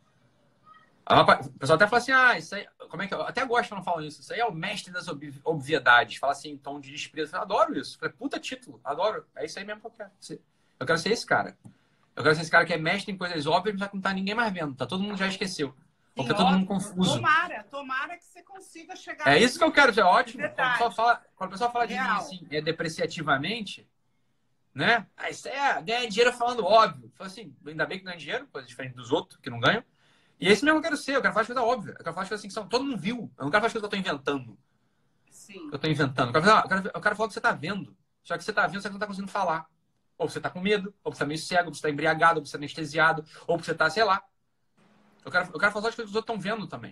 O pessoal até fala assim, ah, isso aí, como é que eu até gosto quando falam isso, isso aí é o mestre das obviedades, fala assim em tom de desprezo. Eu adoro isso, eu falei, puta título, adoro, é isso aí mesmo que eu quero. Eu quero ser esse cara. Eu quero ser esse cara que é mestre em coisas óbvias, mas que não tá ninguém mais vendo, tá todo mundo já esqueceu. Ou tá todo mundo confuso. Tomara, tomara que você consiga chegar. É isso que eu quero, é ótimo. Quando o pessoal fala, quando o pessoal fala de mim assim, é depreciativamente, né? Ah, isso aí é ganhar dinheiro falando óbvio. Fala assim, ainda bem que ganha dinheiro, coisa diferente dos outros que não ganham. E esse mesmo eu quero ser, eu quero falar coisa óbvia. Eu quero falar coisas assim que são, todo mundo viu. Eu não quero falar coisas que eu tô inventando. Sim. Eu tô inventando. Eu quero, falar, eu, quero, eu quero falar o que você tá vendo. Só que você tá vendo, só que não tá conseguindo falar. Ou você tá com medo, ou você tá meio cego, ou você tá embriagado, ou você tá anestesiado, ou você tá, sei lá. Eu quero, eu quero falar de coisas que os outros estão vendo também.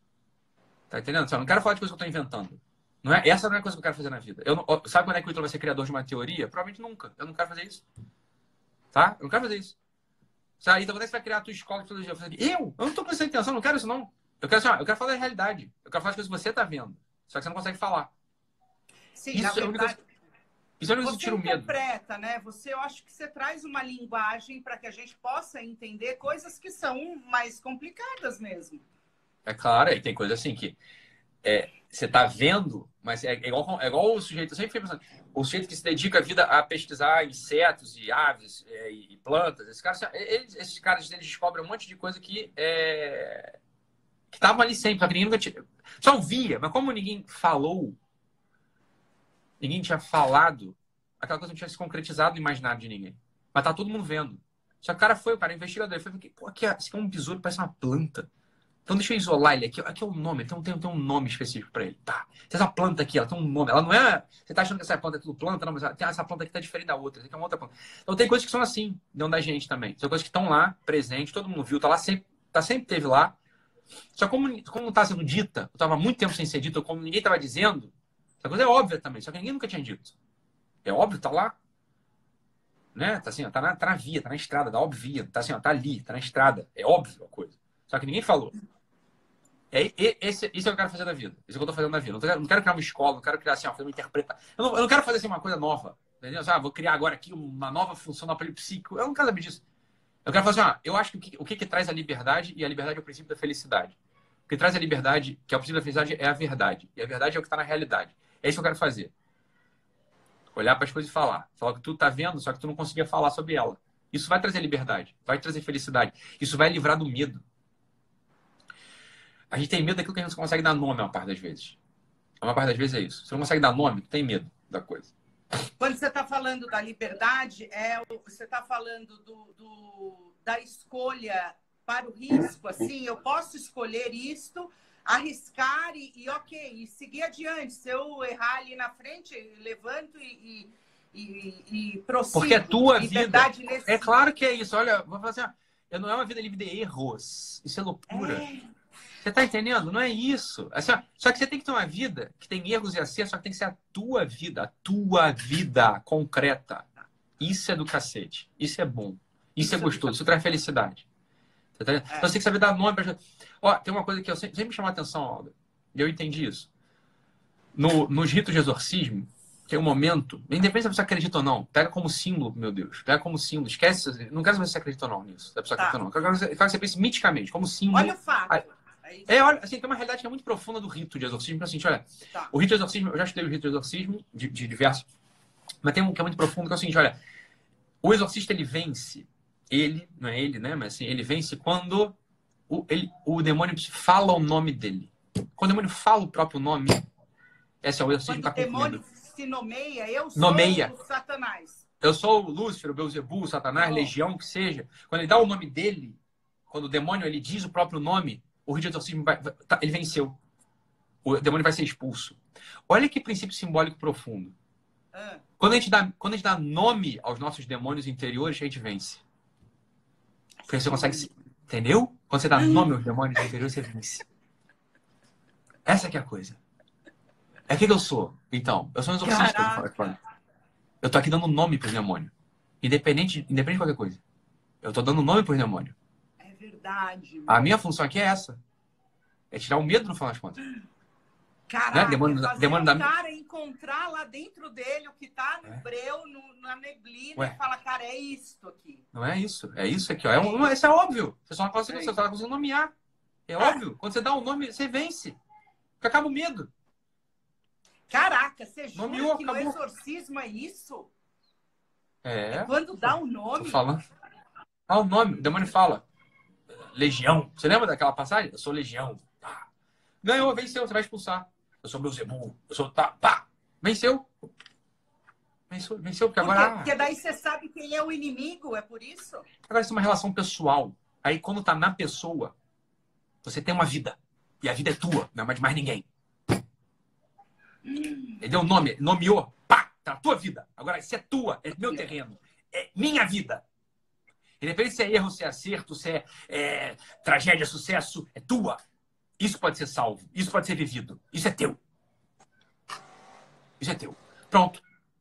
Tá entendendo? Eu não quero falar de coisas que eu tô inventando. Não é, essa não é a coisa que eu quero fazer na vida. Eu não, sabe quando é que o Ítalo vai ser criador de uma teoria? Provavelmente nunca. Eu não quero fazer isso. Tá? Eu não quero fazer isso. Sabe? Então, quando é que você vai criar a tua escola de filosofia? Eu falei, eu? Eu não tô com essa intenção, não quero isso, não. Eu quero, assim, ó, eu quero falar da realidade. Eu quero falar das coisas que você tá vendo. Só que você não consegue falar. Sim, isso na é verdade, única... Isso é o único que você tira o medo. interpreta, né? Você, eu acho que você traz uma linguagem para que a gente possa entender coisas que são mais complicadas mesmo. É claro, e tem coisa assim que é, você tá vendo, mas é igual, é igual o sujeito, eu sempre fico pensando, o sujeito que se dedica a vida a pesquisar insetos e aves é, e plantas, esses caras, eles, esses caras eles descobrem um monte de coisa que é, que estavam ali sempre, só que ninguém nunca tinha, só via, mas como ninguém falou, ninguém tinha falado, aquela coisa não tinha se concretizado no imaginário de ninguém. Mas tá todo mundo vendo. Só que o cara foi, o cara investigador, ele foi, pô, aqui, isso aqui é um besouro, parece uma planta. Então deixa eu isolar ele aqui. Aqui é o nome, então tem, tem um nome específico para ele. Tá. Tem essa planta aqui, ela tem um nome. Ela não é. Você tá achando que essa planta é tudo planta, não, mas ela, tem essa planta aqui tá diferente da outra. Essa aqui é uma outra planta. Então tem coisas que são assim, dentro da gente também. São coisas que estão lá, presentes, todo mundo viu, tá lá sempre, tá sempre teve lá. Só como, como não tá sendo dita, eu tava muito tempo sem ser dita, como ninguém tava dizendo, essa coisa é óbvia também, só que ninguém nunca tinha dito. É óbvio, tá lá. Né? Tá assim, ó, tá, na, tá na via, tá na estrada, tá óbvio, tá assim, ó, tá ali, tá na estrada. É óbvio a coisa. Só que ninguém falou. É, esse, isso é o que eu quero fazer da vida. Isso é o que eu tô fazendo na vida. Não quero, não quero criar uma escola, não quero criar assim, ó, fazer uma interpretação. Eu não, eu não quero fazer assim uma coisa nova. Entendeu? Ah, vou criar agora aqui uma nova função do aparelho psíquico. Eu não quero saber disso. Eu quero fazer assim, ó, eu acho que o que, o que que traz a liberdade, e a liberdade é o princípio da felicidade. O que traz a liberdade, que é o princípio da felicidade, é a verdade. E a verdade é o que está na realidade. É isso que eu quero fazer. Olhar para as coisas e falar. Falar o que tu tá vendo, só que tu não conseguia falar sobre ela. Isso vai trazer liberdade, vai trazer felicidade. Isso vai livrar do medo. A gente tem medo daquilo que a gente não consegue dar nome a maior parte das vezes. A maior parte das vezes é isso. Você não consegue dar nome, tu tem medo da coisa. Quando você está falando da liberdade, é, você está falando do, do, da escolha para o risco. Assim, eu posso escolher isto, arriscar e, e ok, e seguir adiante. Se eu errar ali na frente, levanto e, e, e, e prossigo. Porque é tua vida. Nesse... É claro que é isso. Olha, vou falar assim, ó, eu não é uma vida livre de erros. Isso é loucura. É... Você tá entendendo? Não é isso. Assim, ó, só que você tem que ter uma vida que tem erros e acertos, só que tem que ser a tua vida, a tua vida concreta. Isso é do cacete. Isso é bom. Isso, isso é gostoso. Isso traz felicidade. Tá entendendo? É. Então você tem que saber dar nome para. Ó, tem uma coisa que eu sempre, sempre me chamou a atenção, Alda, e eu entendi isso. No, nos ritos de exorcismo, tem um momento, independente se a pessoa acredita ou não, pega como símbolo, meu Deus, pega como símbolo, esquece, não quero saber se você acredita ou não nisso, se a pessoa Tá. acredita ou não, eu quero que você, eu quero que você pense miticamente, como símbolo. Olha o fato. Aí, Aí, é, olha, assim, tem uma realidade que é muito profunda do rito de exorcismo, que é assim, olha, tá. o rito de exorcismo, eu já estudei o rito de exorcismo, de, de diversos, mas tem um que é muito profundo, que é o seguinte, olha, o exorcista, ele vence, ele, não é ele, né, mas assim, ele vence quando o, ele, o demônio fala o nome dele. Quando o demônio fala o próprio nome, esse é o exorcismo Quando que está o demônio concluído. se nomeia, eu sou Nomeia. o Satanás. Eu sou o Lúcifer, o Beelzebub, o Satanás, Oh. Legião, que seja. Quando ele dá o nome dele, quando o demônio ele diz o próprio nome, o rito de exorcismo vai, vai, tá, ele venceu. O demônio vai ser expulso. Olha que princípio simbólico profundo. Ah. Quando a gente dá, quando a gente dá nome aos nossos demônios interiores, a gente vence. Porque você consegue... Entendeu? Quando você dá nome aos demônios interiores, você vence. Essa que é a coisa. É o que, que eu sou? Então, eu sou um exorcista. Caraca. Eu tô aqui dando nome pro demônio. Independente, independente de qualquer coisa. Eu tô dando nome pro demônio. É verdade. A minha função aqui é essa. É tirar o medo no final das contas. Caraca, Né? Demônio, fazer demônio o da... cara encontrar lá dentro dele o que tá no É. breu, no, na neblina, Ué. e fala, cara, é isto aqui. Não é isso. É isso aqui, ó. É um, isso é óbvio. Você só não consegue, É você só não consegue nomear. É Ah. óbvio. Quando você dá um nome, você vence. Porque acaba o medo. Caraca, você jura Nomeou, que acabou. no exorcismo é isso? É. Quando dá o Tô nome? falando. Ah, o nome. O demônio fala. Legião. Você lembra daquela passagem? Eu sou Legião. Pá. Ganhou, venceu. Você vai expulsar. Eu sou Beelzebub. Eu sou... Tá, pá. Venceu. Venceu, venceu porque Por quê? agora... Porque daí você sabe quem é o inimigo, é por isso? Agora isso é uma relação pessoal. Aí quando tá na pessoa, você tem uma vida. E a vida é tua, não é mais de mais ninguém. Ele deu um nome, nomeou, pá, tá na tua vida. Agora, se é tua, é meu terreno, é minha vida. Independente se é erro, se é acerto, se é, é tragédia, sucesso, é tua. Isso pode ser salvo, isso pode ser vivido. Isso é teu. Isso é teu. Pronto.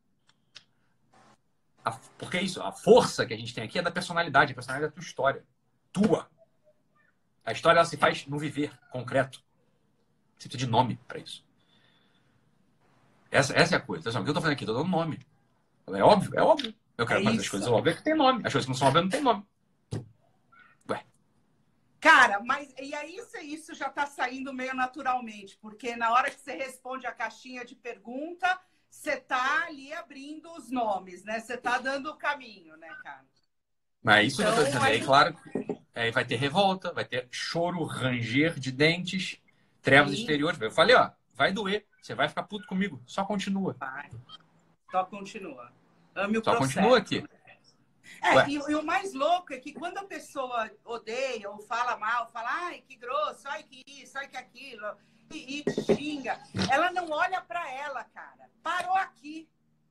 A, porque é isso, a força que a gente tem aqui é da personalidade, a personalidade é da tua história. Tua. A história ela se faz no viver concreto. Você precisa de nome para isso. Essa, essa é a coisa. O que eu tô fazendo aqui? Tô dando nome. É óbvio? É óbvio. Eu quero É fazer as isso. coisas óbvias que tem nome. As coisas que não são óbvias não tem nome. Ué. Cara, mas e aí isso, isso já tá saindo meio naturalmente, porque na hora que você responde a caixinha de pergunta, você tá ali abrindo os nomes, né? Você tá dando o caminho, né, cara? Mas isso Então, eu tô dizendo. aí- Aí, claro, aí vai ter revolta, vai ter choro, ranger de dentes, trevas Sim. exteriores. Eu falei, ó, vai doer. Você vai ficar puto comigo. Só continua. Vai. Só continua. Ame o Só processo. continua aqui. É, Ué. e, e o mais louco é que quando a pessoa odeia ou fala mal, fala, ai, que grosso, ai, que isso, ai, que aquilo, e, e te xinga, ela não olha pra ela, cara. Parou aqui.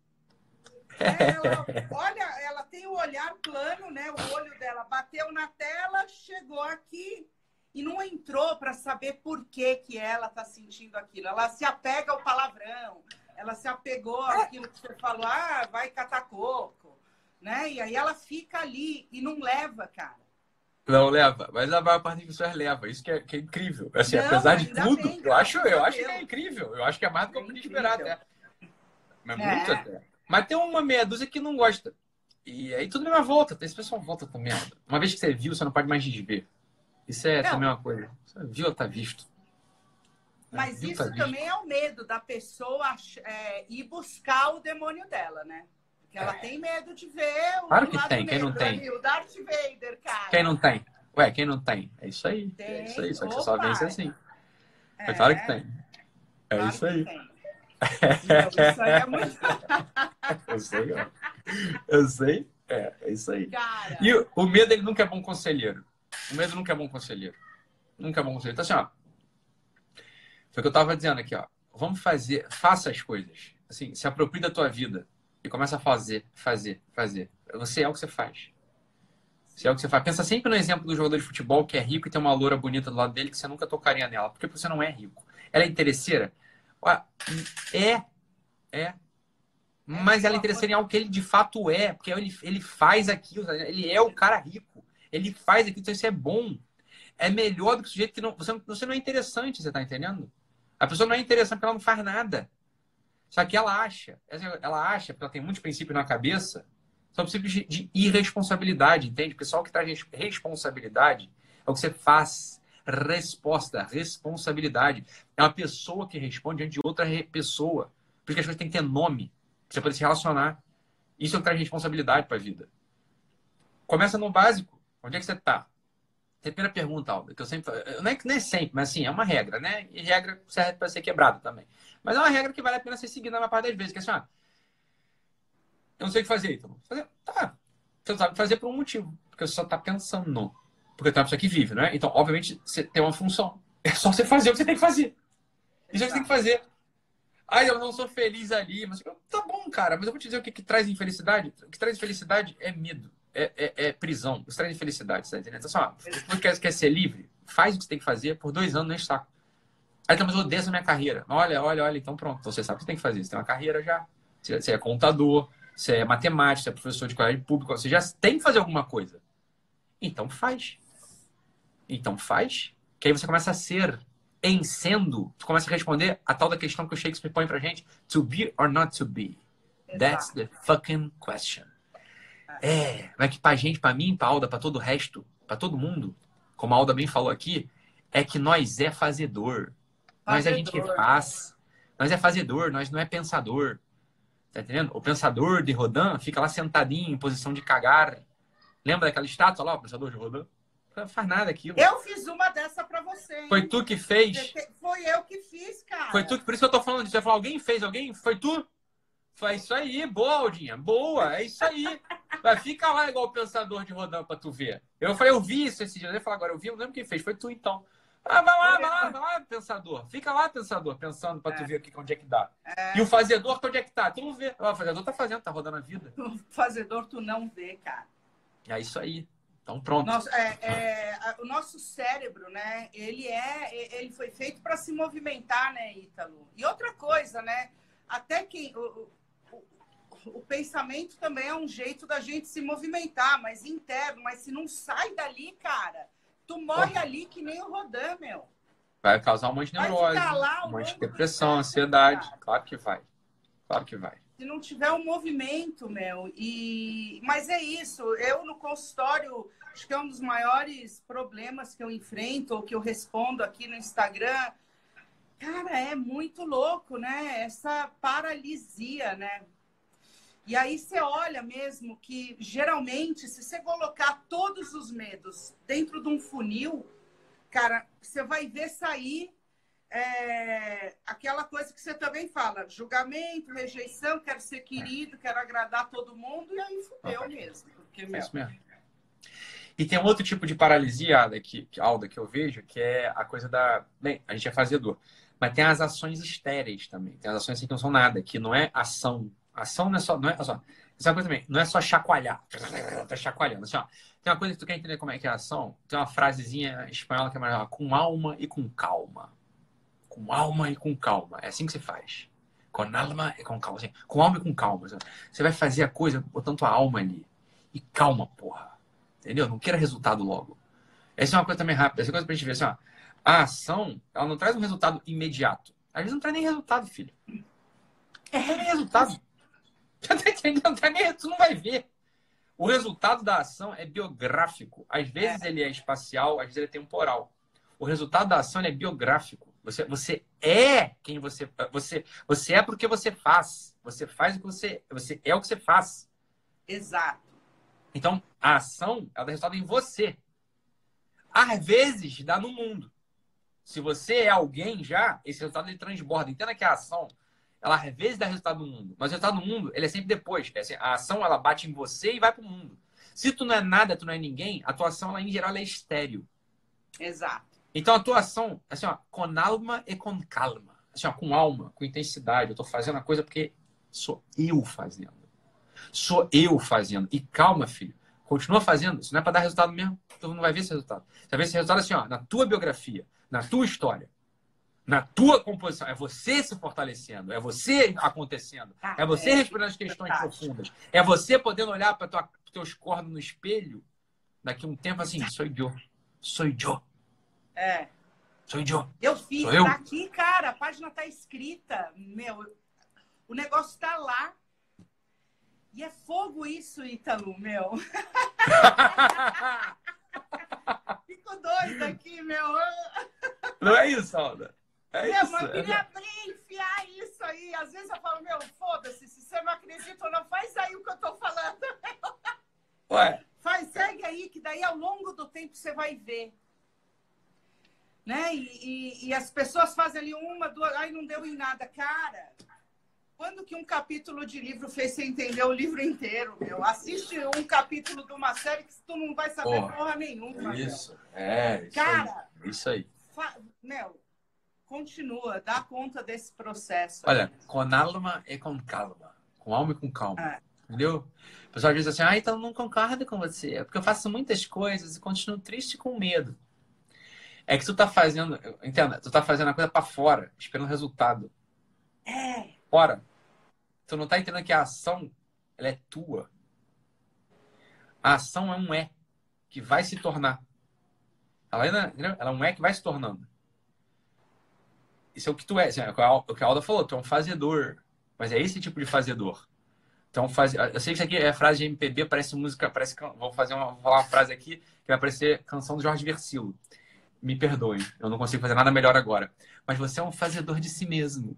Ela, olha, ela tem o olhar plano, né? O olho dela bateu na tela, chegou aqui e não entrou para saber por que, que ela tá sentindo aquilo. Ela se apega ao palavrão, ela se apegou àquilo que você falou, ah, vai catar coco, né? E aí ela fica ali e não leva, cara. Não leva, mas a maior parte das pessoas leva. Isso que é, que é incrível. Assim, Não, apesar de ainda tudo, bem, eu acho, graças eu a acho que Deus. é incrível. Eu acho que é mais do que eu É podia esperar incrível. até. Mas É. muito até. Mas tem uma meia dúzia que não gosta. E aí tudo bem, mas volta. Esse pessoal volta também. Uma vez que você viu, você não pode mais desver. Isso é Não. também uma coisa. Você viu, tá visto. Mas Viu, isso tá visto. também é o medo da pessoa é, ir buscar o demônio dela, né? Porque ela É. tem medo de ver o Claro que lado tem, quem não negro tem? ali, o Darth Vader, cara. Quem não tem? Ué, quem não tem? É isso aí. Tem. É isso aí. Só que você só Opa. vence assim. É, É, claro que tem. É claro isso que aí. tem. Então, isso aí é muito... Eu sei, ó. Eu sei. É, é isso aí. Cara, E o, o medo, ele nunca é bom conselheiro. O medo nunca é bom conselheiro. Nunca é bom conselheiro. Então, assim, ó. Foi o que eu tava dizendo aqui, ó. Vamos fazer, faça as coisas. Assim, se aproprie da tua vida e começa a fazer, fazer, fazer. Você é o que você faz. Você é o que você faz. Pensa sempre no exemplo do jogador de futebol que é rico e tem uma loura bonita do lado dele que você nunca tocaria nela. Porque você não é rico. Ela é interesseira? Ué, É. É. Mas ela é interesseira em algo que ele de fato é. Porque ele, ele faz aquilo. Ele é o cara rico. Ele faz aquilo, então isso é bom. É melhor do que o sujeito que não... Você, você não é interessante, você tá entendendo? A pessoa não é interessante porque ela não faz nada. Só que ela acha, ela acha, porque ela tem muitos princípios na cabeça, são princípios de, de irresponsabilidade, entende? Porque só o que traz responsabilidade é o que você faz. Resposta, responsabilidade. É uma pessoa que responde diante de outra pessoa. Porque as coisas têm que ter nome, pra você poder se relacionar. Isso é o que traz responsabilidade para a vida. Começa no básico. Onde é que você está? Primeira pergunta, Alda, que eu sempre... Não é, não é sempre, mas assim, é uma regra, né? E regra serve para ser quebrada também. Mas é uma regra que vale a pena ser seguida na maior parte das vezes. Que é assim, ah, eu não sei o que fazer, então. Fazer, tá. Você sabe fazer por um motivo. Porque você só está pensando. Porque tem uma pessoa que vive, né? Então, obviamente, você tem uma função. É só você fazer o que você tem que fazer. Isso é o que você tem que fazer. Ah, eu não sou feliz ali. Mas, tá bom, cara. Mas eu vou te dizer o que, que traz infelicidade. O que traz infelicidade é medo. É, é, é prisão. Isso traz infelicidade, você tá entendendo? Então, assim, ó, você quer, quer ser livre? Faz o que você tem que fazer por dois anos, não enche saco. Aí, então, mas eu odeio essa minha carreira. Olha, olha, olha. Então, pronto. Então, você sabe o que você tem que fazer. Você tem uma carreira já. Você, você é contador, você é matemático, você é professor de colégio público. Você já tem que fazer alguma coisa. Então, faz. Então, faz. Que aí você começa a ser... Em sendo, tu começa a responder a tal da questão que o Shakespeare põe pra gente. To be or not to be? That's the fucking question. É, mas que pra gente, pra mim, pra Alda, pra todo o resto, pra todo mundo, como a Alda bem falou aqui, é que nós é fazedor. Nós é a gente que faz. Nós é fazedor, nós não é pensador. Tá entendendo? O pensador de Rodin fica lá sentadinho em posição de cagar. Lembra daquela estátua lá, o pensador de Rodin? Não faz nada aquilo. Eu fiz uma dessa pra você, hein? Foi tu que fez? Foi eu que fiz, cara. Foi tu que... Por isso que eu tô falando disso. Você vai falar, alguém fez? Alguém? Foi tu? Foi isso aí. Boa, Aldinha. Boa. É isso aí. Vai, fica lá igual o pensador de Rodin pra tu ver. Eu falei, eu vi isso esse dia. Eu ia falar agora, eu vi, eu não lembro quem fez. Foi tu, então. Ah, vai lá, vai lá, vai lá, pensador. Fica lá, pensador, pensando pra tu ver aqui onde é que dá. É. E o fazedor, onde é que tá? Tu não vê. O fazedor tá fazendo, tá rodando a vida. O fazedor tu não vê, cara. É isso aí. Então, pronto. Nosso, é, é, o nosso cérebro, né? Ele, é, ele foi feito para se movimentar, né, Ítalo? E outra coisa, né? Até que o, o, o pensamento também é um jeito da gente se movimentar, mas interno. Mas se não sai dali, cara, tu morre ali que nem o Rodin, meu. Vai causar um monte de neurose, um monte de depressão, ansiedade. Cara. Claro que vai. Claro que vai. Se não tiver um movimento, meu. E... Mas é isso. Eu, no consultório, acho que é um dos maiores problemas que eu enfrento ou que eu respondo aqui no Instagram. Cara, é muito louco, né? Essa paralisia, né? E aí você olha mesmo que, geralmente, se você colocar todos os medos dentro de um funil, cara, você vai ver sair... É, aquela coisa que você também fala, julgamento, rejeição, quero ser querido, quero agradar todo mundo, e aí fudeu mesmo. Porque, meu... É isso mesmo. E tem outro tipo de paralisia, Alda, que, Alda, que eu vejo, que é a coisa da... Bem, a gente é fazedor, mas tem as ações estéreis também. Tem as ações assim que não são nada, que não é ação. Ação não é só... Não é só essa coisa também, não é só chacoalhar. Tá chacoalhando. Assim, ó, tem uma coisa que tu quer entender como é que é a ação, tem uma frasezinha espanhola que é mais com alma e com calma. Com alma e com calma. É assim que se faz. Com alma e com calma. Assim, com alma e com calma. Você vai fazer a coisa botando tua alma ali. E calma, porra. Entendeu? Não queira resultado logo. Essa é uma coisa também rápida. Essa é uma coisa pra gente ver assim, ó. A ação, ela não traz um resultado imediato. Às vezes não traz nem resultado, filho. Não traz nem resultado. Tá entendendo? Não traz nem, tu não vai ver. O resultado da ação é biográfico. Às vezes ele é espacial, às vezes ele é temporal. O resultado da ação é biográfico. Você, você é quem você... Você, você é porque você faz. Você faz o que você... Você é o que você faz. Exato. Então, a ação, ela dá resultado em você. Às vezes, dá no mundo. Se você é alguém já, esse resultado ele transborda. Entenda que a ação, ela às vezes dá resultado no mundo. Mas o resultado no mundo, ele é sempre depois. É assim, a ação, ela bate em você e vai pro mundo. Se tu não é nada, tu não é ninguém, a tua ação, ela, em geral, ela é estéril. Exato. Então, a tua ação, assim, ó, com alma e com calma. Assim, ó, com alma, com intensidade. Eu tô fazendo a coisa porque sou eu fazendo. Sou eu fazendo. E calma, filho. Continua fazendo. Isso não é para dar resultado mesmo. Tu não vai ver esse resultado. Você vai ver esse resultado assim, ó, na tua biografia, na tua história, na tua composição. É você se fortalecendo. É você acontecendo. É você respondendo as questões profundas. É você podendo olhar para os teus cornos no espelho daqui a um tempo assim, sou eu, sou eu, É. sou eu. Eu fiz, Sou eu. tá aqui, cara, a página tá escrita, meu, o negócio tá lá. E é fogo isso, Ítalo, meu. Fico doida aqui, meu. Não é isso, Alda? É meu, isso. mas eu queria É... abrir, enfiar isso aí. Às vezes eu falo, meu, foda-se, se você não acredita ou não, faz aí o que eu tô falando. Ué. Faz, segue aí, que daí ao longo do tempo você vai ver. Né? E, e, e as pessoas fazem ali uma, duas, ai, não deu em nada. Cara, quando que um capítulo de livro fez você entender o livro inteiro, meu? Assiste um capítulo de uma série que tu não vai saber porra, porra nenhuma. Isso, meu. é, isso Cara, aí. Isso aí. Fa... Meu, continua, dá conta desse processo. Olha, aí. Com alma e com calma. Com alma e com calma. É. Entendeu? O pessoal diz assim, ah, então não concordo com você. É porque eu faço muitas coisas e continuo triste com medo. É que tu tá fazendo, entenda, tu tá fazendo a coisa pra fora, esperando resultado. É. Fora. Tu não tá entendendo que a ação, ela é tua. A ação é um é, que vai se tornar. Ela, ainda, ela é um é que vai se tornando. Isso é o que tu é. Assim, é o que a Alda falou, tu é um fazedor. Mas é esse tipo de fazedor. Então, faz... eu sei que isso aqui é frase de M P B, parece música, parece... Vou fazer uma, vou falar uma frase aqui que vai parecer canção do Jorge Versilo. Me perdoe, eu não consigo fazer nada melhor agora. Mas você é um fazedor de si mesmo.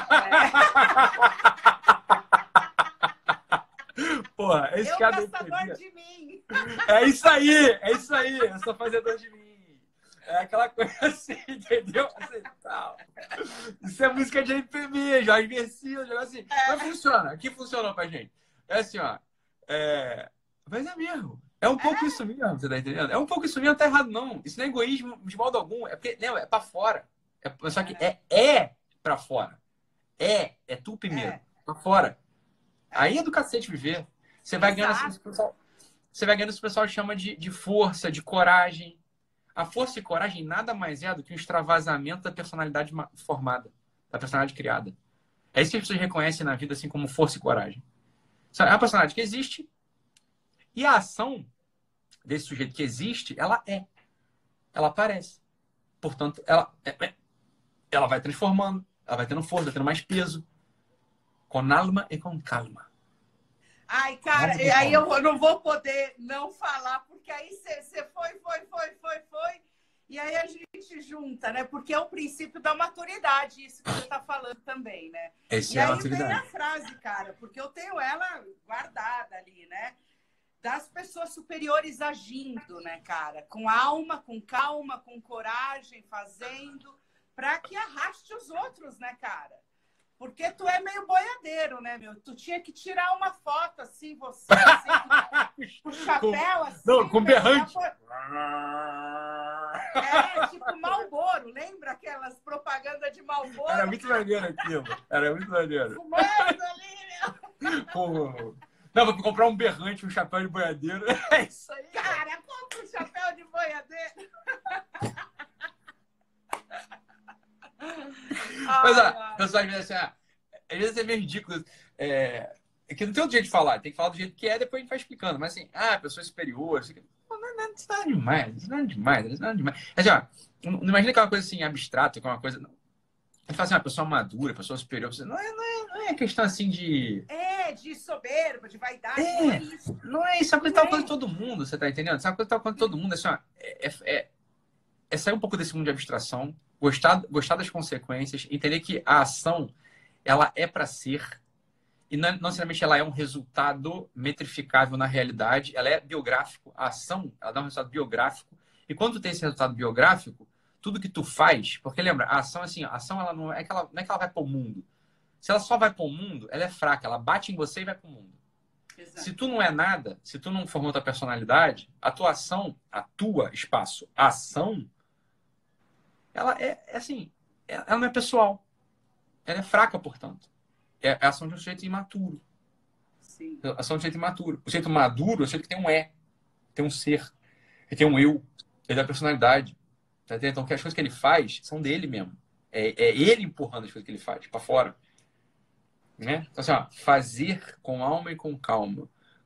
É. Porra, esse eu cara caçador de mim. É isso aí, é isso aí. Eu sou fazedor de mim. É aquela coisa assim, entendeu? Assim, tal. Isso é música de M P B, Jorge Versilo, assim. É. Mas funciona. Aqui funcionou pra gente. É assim, ó. É... Mas é mesmo. É um pouco é. isso mesmo, você tá entendendo? É um pouco isso mesmo, não tá errado, não. Isso não é egoísmo de modo algum. É porque, não, é pra fora. É, só que é, é pra fora. É, é tu primeiro. É. Pra fora. É. Aí é do cacete viver. Você vai ganhando esse pessoal. Você vai ganhando esse pessoal que chama de, de força, de coragem. A força e coragem nada mais é do que um extravasamento da personalidade formada, da personalidade criada. É isso que as pessoas reconhecem na vida assim como força e coragem. É uma personalidade que existe. E a ação desse sujeito que existe, ela é. Ela aparece. Portanto, ela, ela vai transformando. Ela vai tendo força, vai tendo mais peso. Com alma e com calma. Ai, cara, aí eu não vou poder não falar, porque aí você foi, foi, foi, foi, foi. E aí a gente junta, né? Porque é o princípio da maturidade, isso que você tá falando também, né? Esse e é aí a maturidade. vem a frase, cara, porque eu tenho ela guardada ali, né? Das pessoas superiores agindo, né, cara? Com alma, com calma, com coragem, fazendo, para que arraste os outros, né, cara? Porque tu é meio boiadeiro, né, meu? Tu tinha que tirar uma foto, assim, você, assim, com chapéu, assim. Não, com berrante. É, tipo Marlboro, lembra aquelas propagandas de Marlboro? Era muito maneiro aquilo. Era muito maneiro. Fumando ali, meu. Pô. Não, vou comprar um berrante, um chapéu de boiadeiro. É isso aí. Cara, compra um chapéu de boiadeiro. Mas, ó, pessoal, às vezes, assim, às vezes é meio ridículo. É, é que não tem outro jeito de falar, tem que falar do jeito que é, depois a gente vai explicando. Mas assim, ah, pessoas superiores. Não, não, não, isso não é demais, isso não é demais, isso não é demais. Assim, ó, não imagina que é uma coisa assim, abstrata, que é uma coisa. Não. A gente fala assim, uma pessoa madura, pessoa superior. Não é, não, é, não é questão assim de. É, de soberba, de vaidade. É, não é isso. Não é isso, é uma coisa que tá acontecendo com todo mundo, você tá entendendo? Isso é uma coisa que tá acontecendo com todo mundo. Assim, ó, é, é, é sair um pouco desse mundo de abstração. Gostar, gostar das consequências, entender que a ação ela é para ser e não, não necessariamente ela é um resultado metrificável na realidade, ela é biográfico. A ação ela dá um resultado biográfico e quando tu tem esse resultado biográfico, tudo que tu faz, porque lembra, a ação assim, a ação ela não é que ela, não é que ela vai para o mundo. Se ela só vai para o mundo, ela é fraca, ela bate em você e vai para o mundo. Exato. Se tu não é nada, se tu não formou tua personalidade, a tua ação, a tua espaço, a ação ela é, é assim, ela não é pessoal. Ela é fraca, portanto. É a ação de um sujeito imaturo. Sim. A ação de um sujeito imaturo. O sujeito maduro é o sujeito que tem um é, tem um ser, ele tem um eu, ele tem a personalidade. Tá entendendo? Então, que as coisas que ele faz são dele mesmo. É, é ele empurrando as coisas que ele faz para fora. Né? Então, assim, ó, fazer com alma e com calma,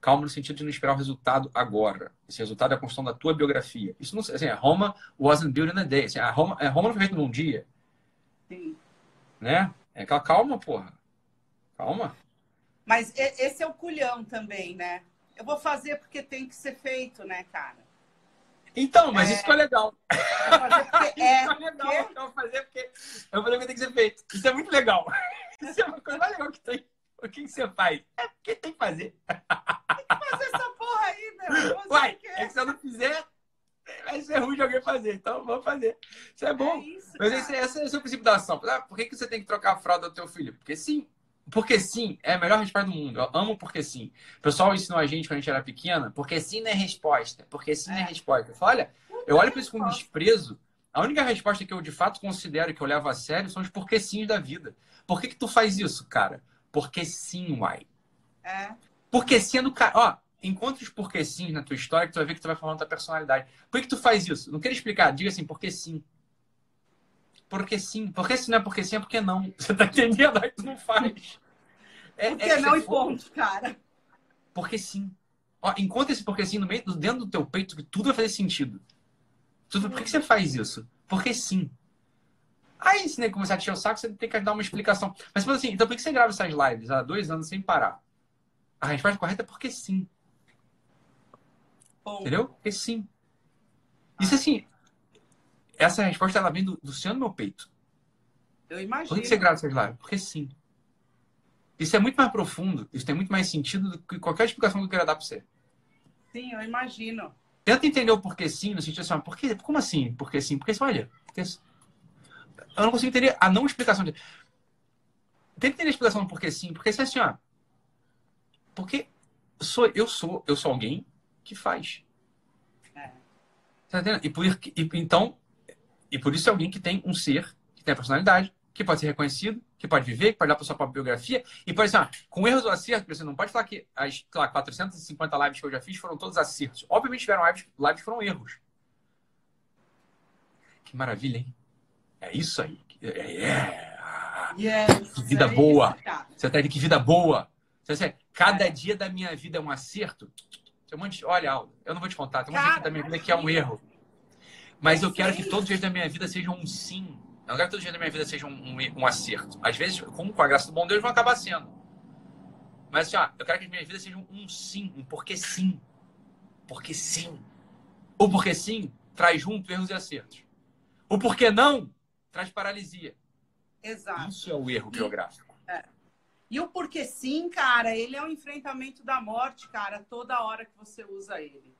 Calma no sentido de não esperar o resultado agora. Esse resultado é a construção da tua biografia. Isso não, assim, a Roma wasn't built in a day. Assim, a, Roma, a Roma não foi feita num dia. Sim. Né? É aquela calma, porra. Calma. Mas esse é o culhão também, né? Eu vou fazer porque tem que ser feito, né, cara? Então, mas é... isso que é legal. Vou fazer porque é. Isso é legal. Eu vou fazer porque eu vou fazer porque tem que ser feito. Isso é muito legal. Isso é uma coisa mais legal que tem. O que, que você faz? É porque tem que fazer. Tem que fazer essa porra aí, meu. Uai, é que se eu não fizer, vai ser ruim de alguém fazer. Então, vamos fazer. Isso é bom. É isso, mas esse, esse é o seu princípio da ação. Ah, por que, que você tem que trocar a fralda do teu filho? Porque sim. Porque sim é a melhor resposta do mundo. Eu amo porque sim. O pessoal ensinou a gente quando a gente era pequena, porque sim não é resposta. Porque sim é, é resposta. Eu falo, olha, eu olho para isso com desprezo. A única resposta que eu de fato considero que eu levo a sério são os porque sim da vida. Por que, que tu faz isso, cara? Porque sim, uai. É. Porque sim é do cara. Ó, encontre os porque sim na tua história que tu vai ver que tu vai falando da tua personalidade. Por que, que tu faz isso? Não quero explicar. Diga assim, porque sim. Porque sim. Porque se não é porque sim, é porque não. Você tá entendendo? Aí tu não faz. É, porque é não e ponto, cara. Porque sim. Ó, encontra esse porque sim no meio, dentro do teu peito, que tudo vai fazer sentido. Tudo, por que, que você faz isso? Porque sim. Aí, se nem começar a te encher o saco, você tem que dar uma explicação. Mas, assim, então por que você grava essas lives há dois anos sem parar? A resposta correta é porque sim. Bom. Entendeu? Porque sim. Isso, assim, essa resposta, ela vem do, do céu do meu peito. Eu imagino. Por que você grava essas lives? Porque sim. Isso é muito mais profundo, isso tem muito mais sentido do que qualquer explicação que eu queira dar pra você. Sim, eu imagino. Tenta entender o porquê sim, no sentido assim, por quê? Como assim? Porque sim? Porque assim, olha, porque... eu não consigo entender a não explicação. De... Tenta entender a explicação do porquê sim, porque assim, ó, porque sou, eu sou eu sou alguém que faz. É. Tá entendendo? E por, e, então, e por isso é alguém que tem um ser, que tem a personalidade, que pode ser reconhecido, que pode viver, que pode dar para sua própria biografia. E, por exemplo, com erros ou acertos, você não pode falar que as lá, quatrocentas e cinquenta lives que eu já fiz foram todos acertos. Obviamente tiveram lives, lives que foram erros. Que maravilha, hein? É isso aí. É, é. Yes, que vida é boa. Isso, você tá vendo que vida boa. Você, cada é. dia da minha vida é um acerto. Tem um monte de... Olha, Alda, eu não vou te contar. Tem um monte de dia da minha vida que é um erro. Mas eu, eu quero que todos os dias da minha vida sejam um sim. Eu não quero que todo dia da minha vida seja um, um, um acerto. Às vezes, como com a graça do bom Deus, vão acabar sendo. Mas assim, ó, eu quero que as minhas vidas sejam um sim, um porque sim. Porque sim. O porque sim traz junto erros e acertos. O porque não traz paralisia. Exato. Isso é o erro e, biográfico. É. E o porque sim, cara, ele é um enfrentamento da morte, cara, toda hora que você usa ele.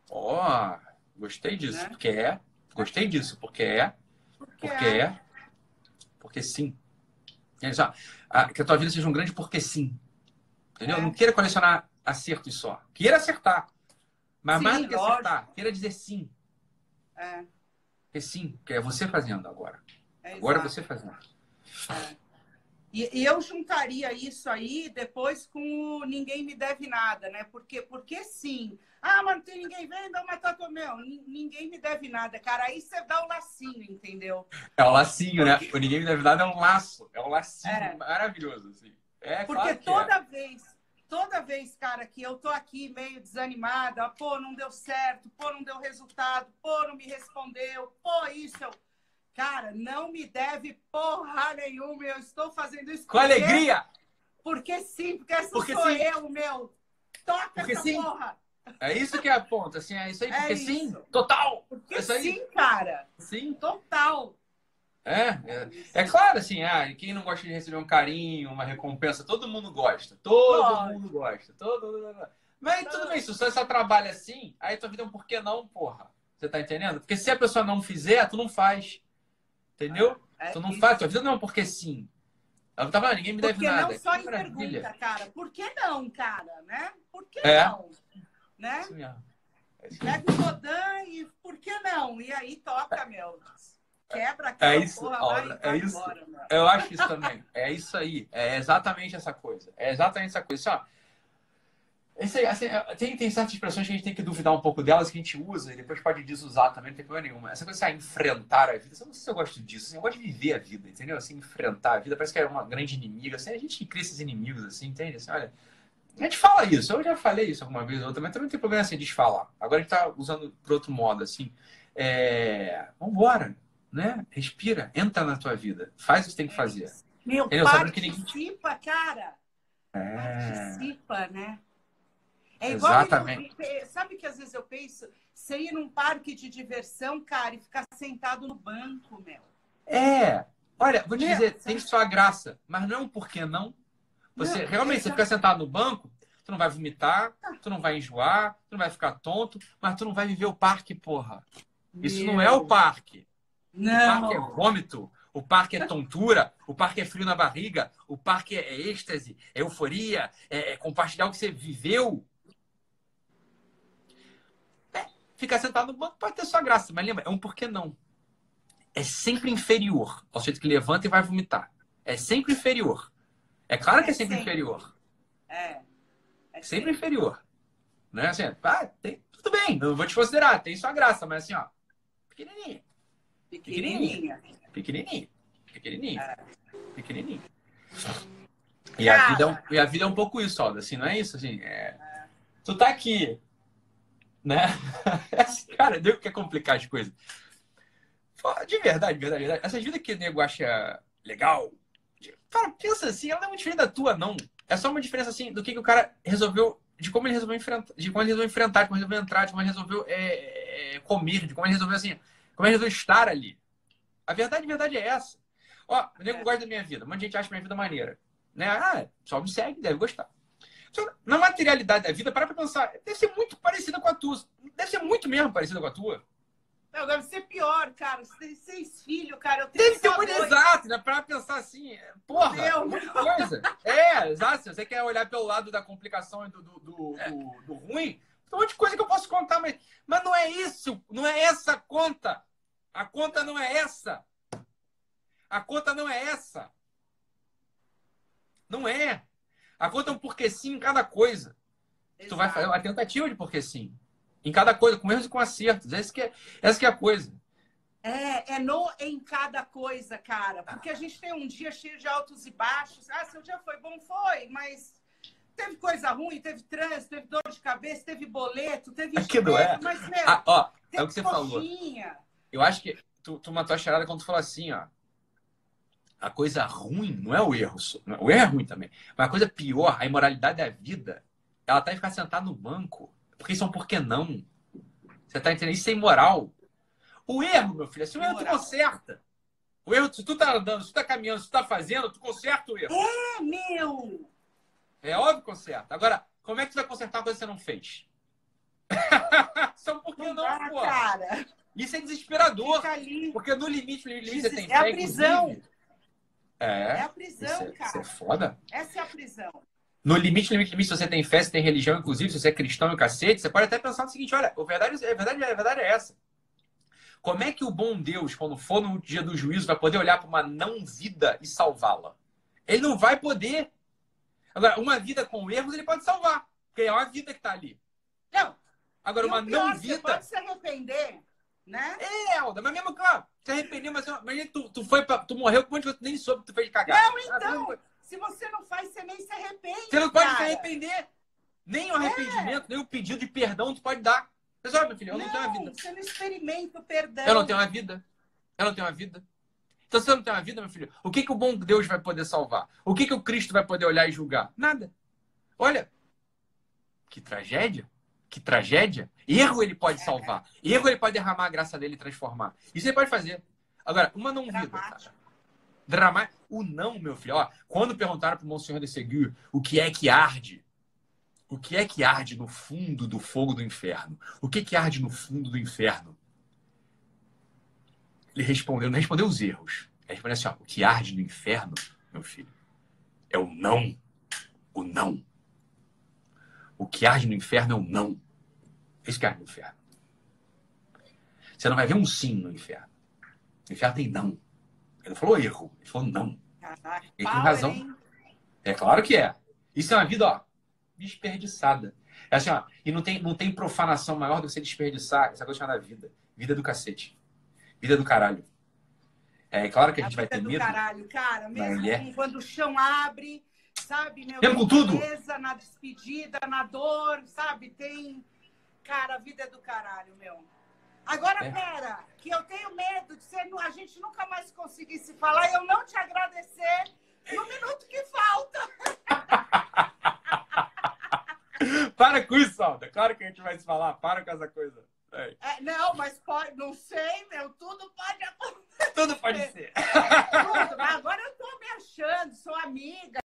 Ó, oh, gostei disso. Né? Porque é. Gostei disso, porque é. Porque, porque é. é. Porque sim. É só, a, que a tua vida seja um grande porque sim. Entendeu? É. Não queira colecionar acertos só. Queira acertar. Mas sim, mais do que lógico. acertar, queira dizer sim. É. Porque sim, que é você fazendo agora. É agora é você fazendo. É. E, e eu juntaria isso aí depois com o ninguém me deve nada, né? Porque, porque sim. Ah, mas não tem ninguém vendo, mas tá meu. Ninguém me deve nada, cara. Aí você dá o lacinho, entendeu? É o lacinho, porque... né? O ninguém me deve nada é um laço. É um lacinho é. maravilhoso, assim. É, porque claro toda é. vez, toda vez, cara, que eu tô aqui meio desanimada, pô, não deu certo, pô, não deu resultado, pô, não me respondeu, pô, isso, eu... Cara, não me deve porra nenhuma. Eu estou fazendo isso com porque... alegria. Porque sim, porque essa porque sou sim. eu, meu. Toca porque essa sim. porra. É isso que é a ponta, assim, é isso aí, porque é sim, isso. total. Porque é sim, cara. Sim. Total. É, é, é claro, assim, ah, quem não gosta de receber um carinho, uma recompensa, todo mundo gosta. Todo Pode. mundo gosta. Todo mundo... Mas tudo bem, se você só trabalha assim, aí tua vida é um porquê não, porra. Você tá entendendo? Porque se a pessoa não fizer, tu não faz. Entendeu? É, tu não isso. faz, tua vida não é um porquê sim. Ela não tá falando, ninguém me deve porque nada. Porque não só em pergunta, cara. Por que não, cara? Né? Por que é. não? Né? Isso mesmo. É isso Pega o Rodan e por que não? E aí toca, meu. Quebra aquela é isso, porra obra, lá e vai é isso. embora, meu. Eu acho isso também. É isso aí. É exatamente essa coisa. É exatamente essa coisa. Assim, ó, esse, assim, tem, tem certas expressões que a gente tem que duvidar um pouco delas, que a gente usa e depois pode desusar também, não tem problema nenhuma. Essa coisa de assim, enfrentar a vida, eu não sei se eu gosto disso, assim, eu gosto de viver a vida, entendeu? Assim, enfrentar a vida, parece que é uma grande inimiga, assim, a gente cria esses inimigos, assim, entende? Assim, olha, A gente fala isso, eu já falei isso alguma vez ou outra, mas também não tem problema assim de falar. Agora a gente tá usando por outro modo, assim. É... Vambora, né? Respira, entra na tua vida, faz o que você tem que fazer. Meu, Entendeu? participa, que... cara. É... Participa, né? É igual, exatamente. Eu, sabe que às vezes eu penso, você ir num parque de diversão, cara, e ficar sentado no banco, meu. É, olha, vou te meu, dizer, sabe? tem sua graça, mas não por que não. Você não, realmente, você fica sentado no banco, tu não vai vomitar, tu não vai enjoar, tu não vai ficar tonto, mas tu não vai viver o parque, porra. Meu. Isso não é o parque. Não. O parque é vômito, o parque é tontura, o parque é frio na barriga, o parque é êxtase, é euforia, é compartilhar o que você viveu. É, ficar sentado no banco pode ter sua graça, mas lembra, é um porquê não. É sempre inferior ao jeito que levanta e vai vomitar. É sempre inferior. É claro que é sempre, é sempre. inferior. É. é sempre, sempre inferior. Não é assim, ah, tem, tudo bem, não vou te considerar, tem sua graça, mas assim, ó, pequenininha. Pequenininha. Pequenininha. Pequenininha. É. Pequenininha. E a, vida é um, e a vida é um pouco isso, ó, assim, não é isso? Assim, é, é. Tu tá aqui, né? Cara, deu que é complicar as coisas. De verdade, de verdade, de verdade. Essa vida que o nego acha legal, cara, pensa assim, ela não é muito diferente da tua, não. É só uma diferença, assim, do que, que o cara resolveu, de como ele resolveu enfrentar, de como ele resolveu enfrentar, de como ele resolveu entrar, de como ele resolveu é, é, comer, de como ele resolveu, assim, como ele resolveu estar ali. A verdade, a verdade é essa. Ó, o nego gosta da minha vida, um monte de gente acha minha vida maneira. Né? Ah, só me segue, deve gostar. Na materialidade da vida, para pra pensar, deve ser muito parecida com a tua. Deve ser muito mesmo parecida com a tua. Não, deve ser pior, cara. Você tem seis filhos, cara. Eu tenho Deve ter muito exato, né? Pra pensar assim, porra, meu, muita coisa. É, exato. Se você quer olhar pelo lado da complicação e do, do, do, é. do, do ruim, tem um monte de coisa que eu posso contar, mas, mas não é isso. Não é essa a conta. A conta não é essa. A conta não é essa. Não é. A conta é um porquê sim em cada coisa. Exato. Tu vai fazer uma tentativa de porquê sim. Em cada coisa, com erros e com acertos. Essa que é, essa que é a coisa. É, é no em cada coisa, cara. Porque a gente tem um dia cheio de altos e baixos. Ah, seu dia foi bom? Foi, mas teve coisa ruim, teve trânsito, teve dor de cabeça, teve boleto, teve... Aqui não é? Mas, meu, ah, ó, é o que você coxinha. falou. Eu acho que tu, tu matou a charada quando tu falou assim, ó. A coisa ruim não é o erro. O erro é ruim também. Mas a coisa pior, a imoralidade da vida, ela tá em ficar sentado no banco. Porque isso é um porquê não. Você tá entendendo? Isso é imoral. O erro, meu filho, assim, o erro tu conserta. O erro, se tu tá andando, se tu tá caminhando, se tu tá fazendo, tu conserta o erro. É, meu! É óbvio que conserta. Agora, como é que tu vai consertar uma coisa que você não fez? Isso é um porquê não, não pô. Cara. Isso é desesperador. Porque no limite, no limite você tem fé, é a prisão. Inclusive. É, é a prisão, isso é, cara. Isso é foda. Essa é a prisão. No limite, no limite, limite, se você tem fé, se tem religião, inclusive, se você é cristão e o cacete, você pode até pensar no seguinte, olha, a verdade, a verdade, a verdade é essa. Como é que o bom Deus, quando for no dia do juízo, vai poder olhar para uma não-vida e salvá-la? Ele não vai poder. Agora, uma vida com erros, ele pode salvar. Porque é uma vida que está ali. Não. Agora, uma não-vida... Você pode se arrepender, né? É, Alda, mas mesmo, claro, se arrepender, mas imagina que tu, tu, foi pra, tu morreu com um monte de coisa, tu nem soube que tu fez de cagada. Não, então, ah, se você não faz, você nem se arrepende, Você não cara. pode se arrepender. Nem o arrependimento, é. nem o pedido de perdão tu pode dar. Mas olha, meu filho, eu não, não tenho uma vida. Você não experimenta o perdão. Eu não tenho uma vida. Eu não tenho uma vida. Então, se eu não tenho uma vida, meu filho, o que, que o bom Deus vai poder salvar? O que, que o Cristo vai poder olhar e julgar? Nada. Olha, que tragédia. Que tragédia. Erro ele pode salvar. Erro ele pode derramar a graça dele e transformar. Isso ele pode fazer. Agora, uma não vida, cara. Dramático. O não, meu filho. Ó, quando perguntaram para o Monsenhor de Ségur o que é que arde, o que é que arde no fundo do fogo do inferno? O que é que arde no fundo do inferno? Ele respondeu, não respondeu os erros. Ele respondeu assim, ó, o que arde no inferno, meu filho, é o não. O não. O que arde no inferno é o não. Isso que arde no inferno. Você não vai ver um sim no inferno. No inferno tem não. Ele não falou erro, ele falou não. Caraca, ele tem razão. Hein? É claro que é. Isso é uma vida, ó, desperdiçada. É assim, ó, e não tem, não tem profanação maior do que você desperdiçar essa coisa chamada vida. Vida do cacete. Vida do caralho. É claro que a gente a vai ter medo. Vida do caralho, cara. Mesmo é. Quando o chão abre, sabe, meu? Tempo com tudo? Beleza, na despedida, na dor, sabe? Tem... Cara, a vida é do caralho, meu. Agora, É. pera, que eu tenho medo de ser, a gente nunca mais conseguir se falar e eu não te agradecer no minuto que falta. Para com isso, Alda. Claro que a gente vai se falar. Para com essa coisa. É. É, não, mas pode, não sei, meu, tudo pode acontecer. Tudo pode ser. Tudo, mas agora eu tô me achando, sou amiga.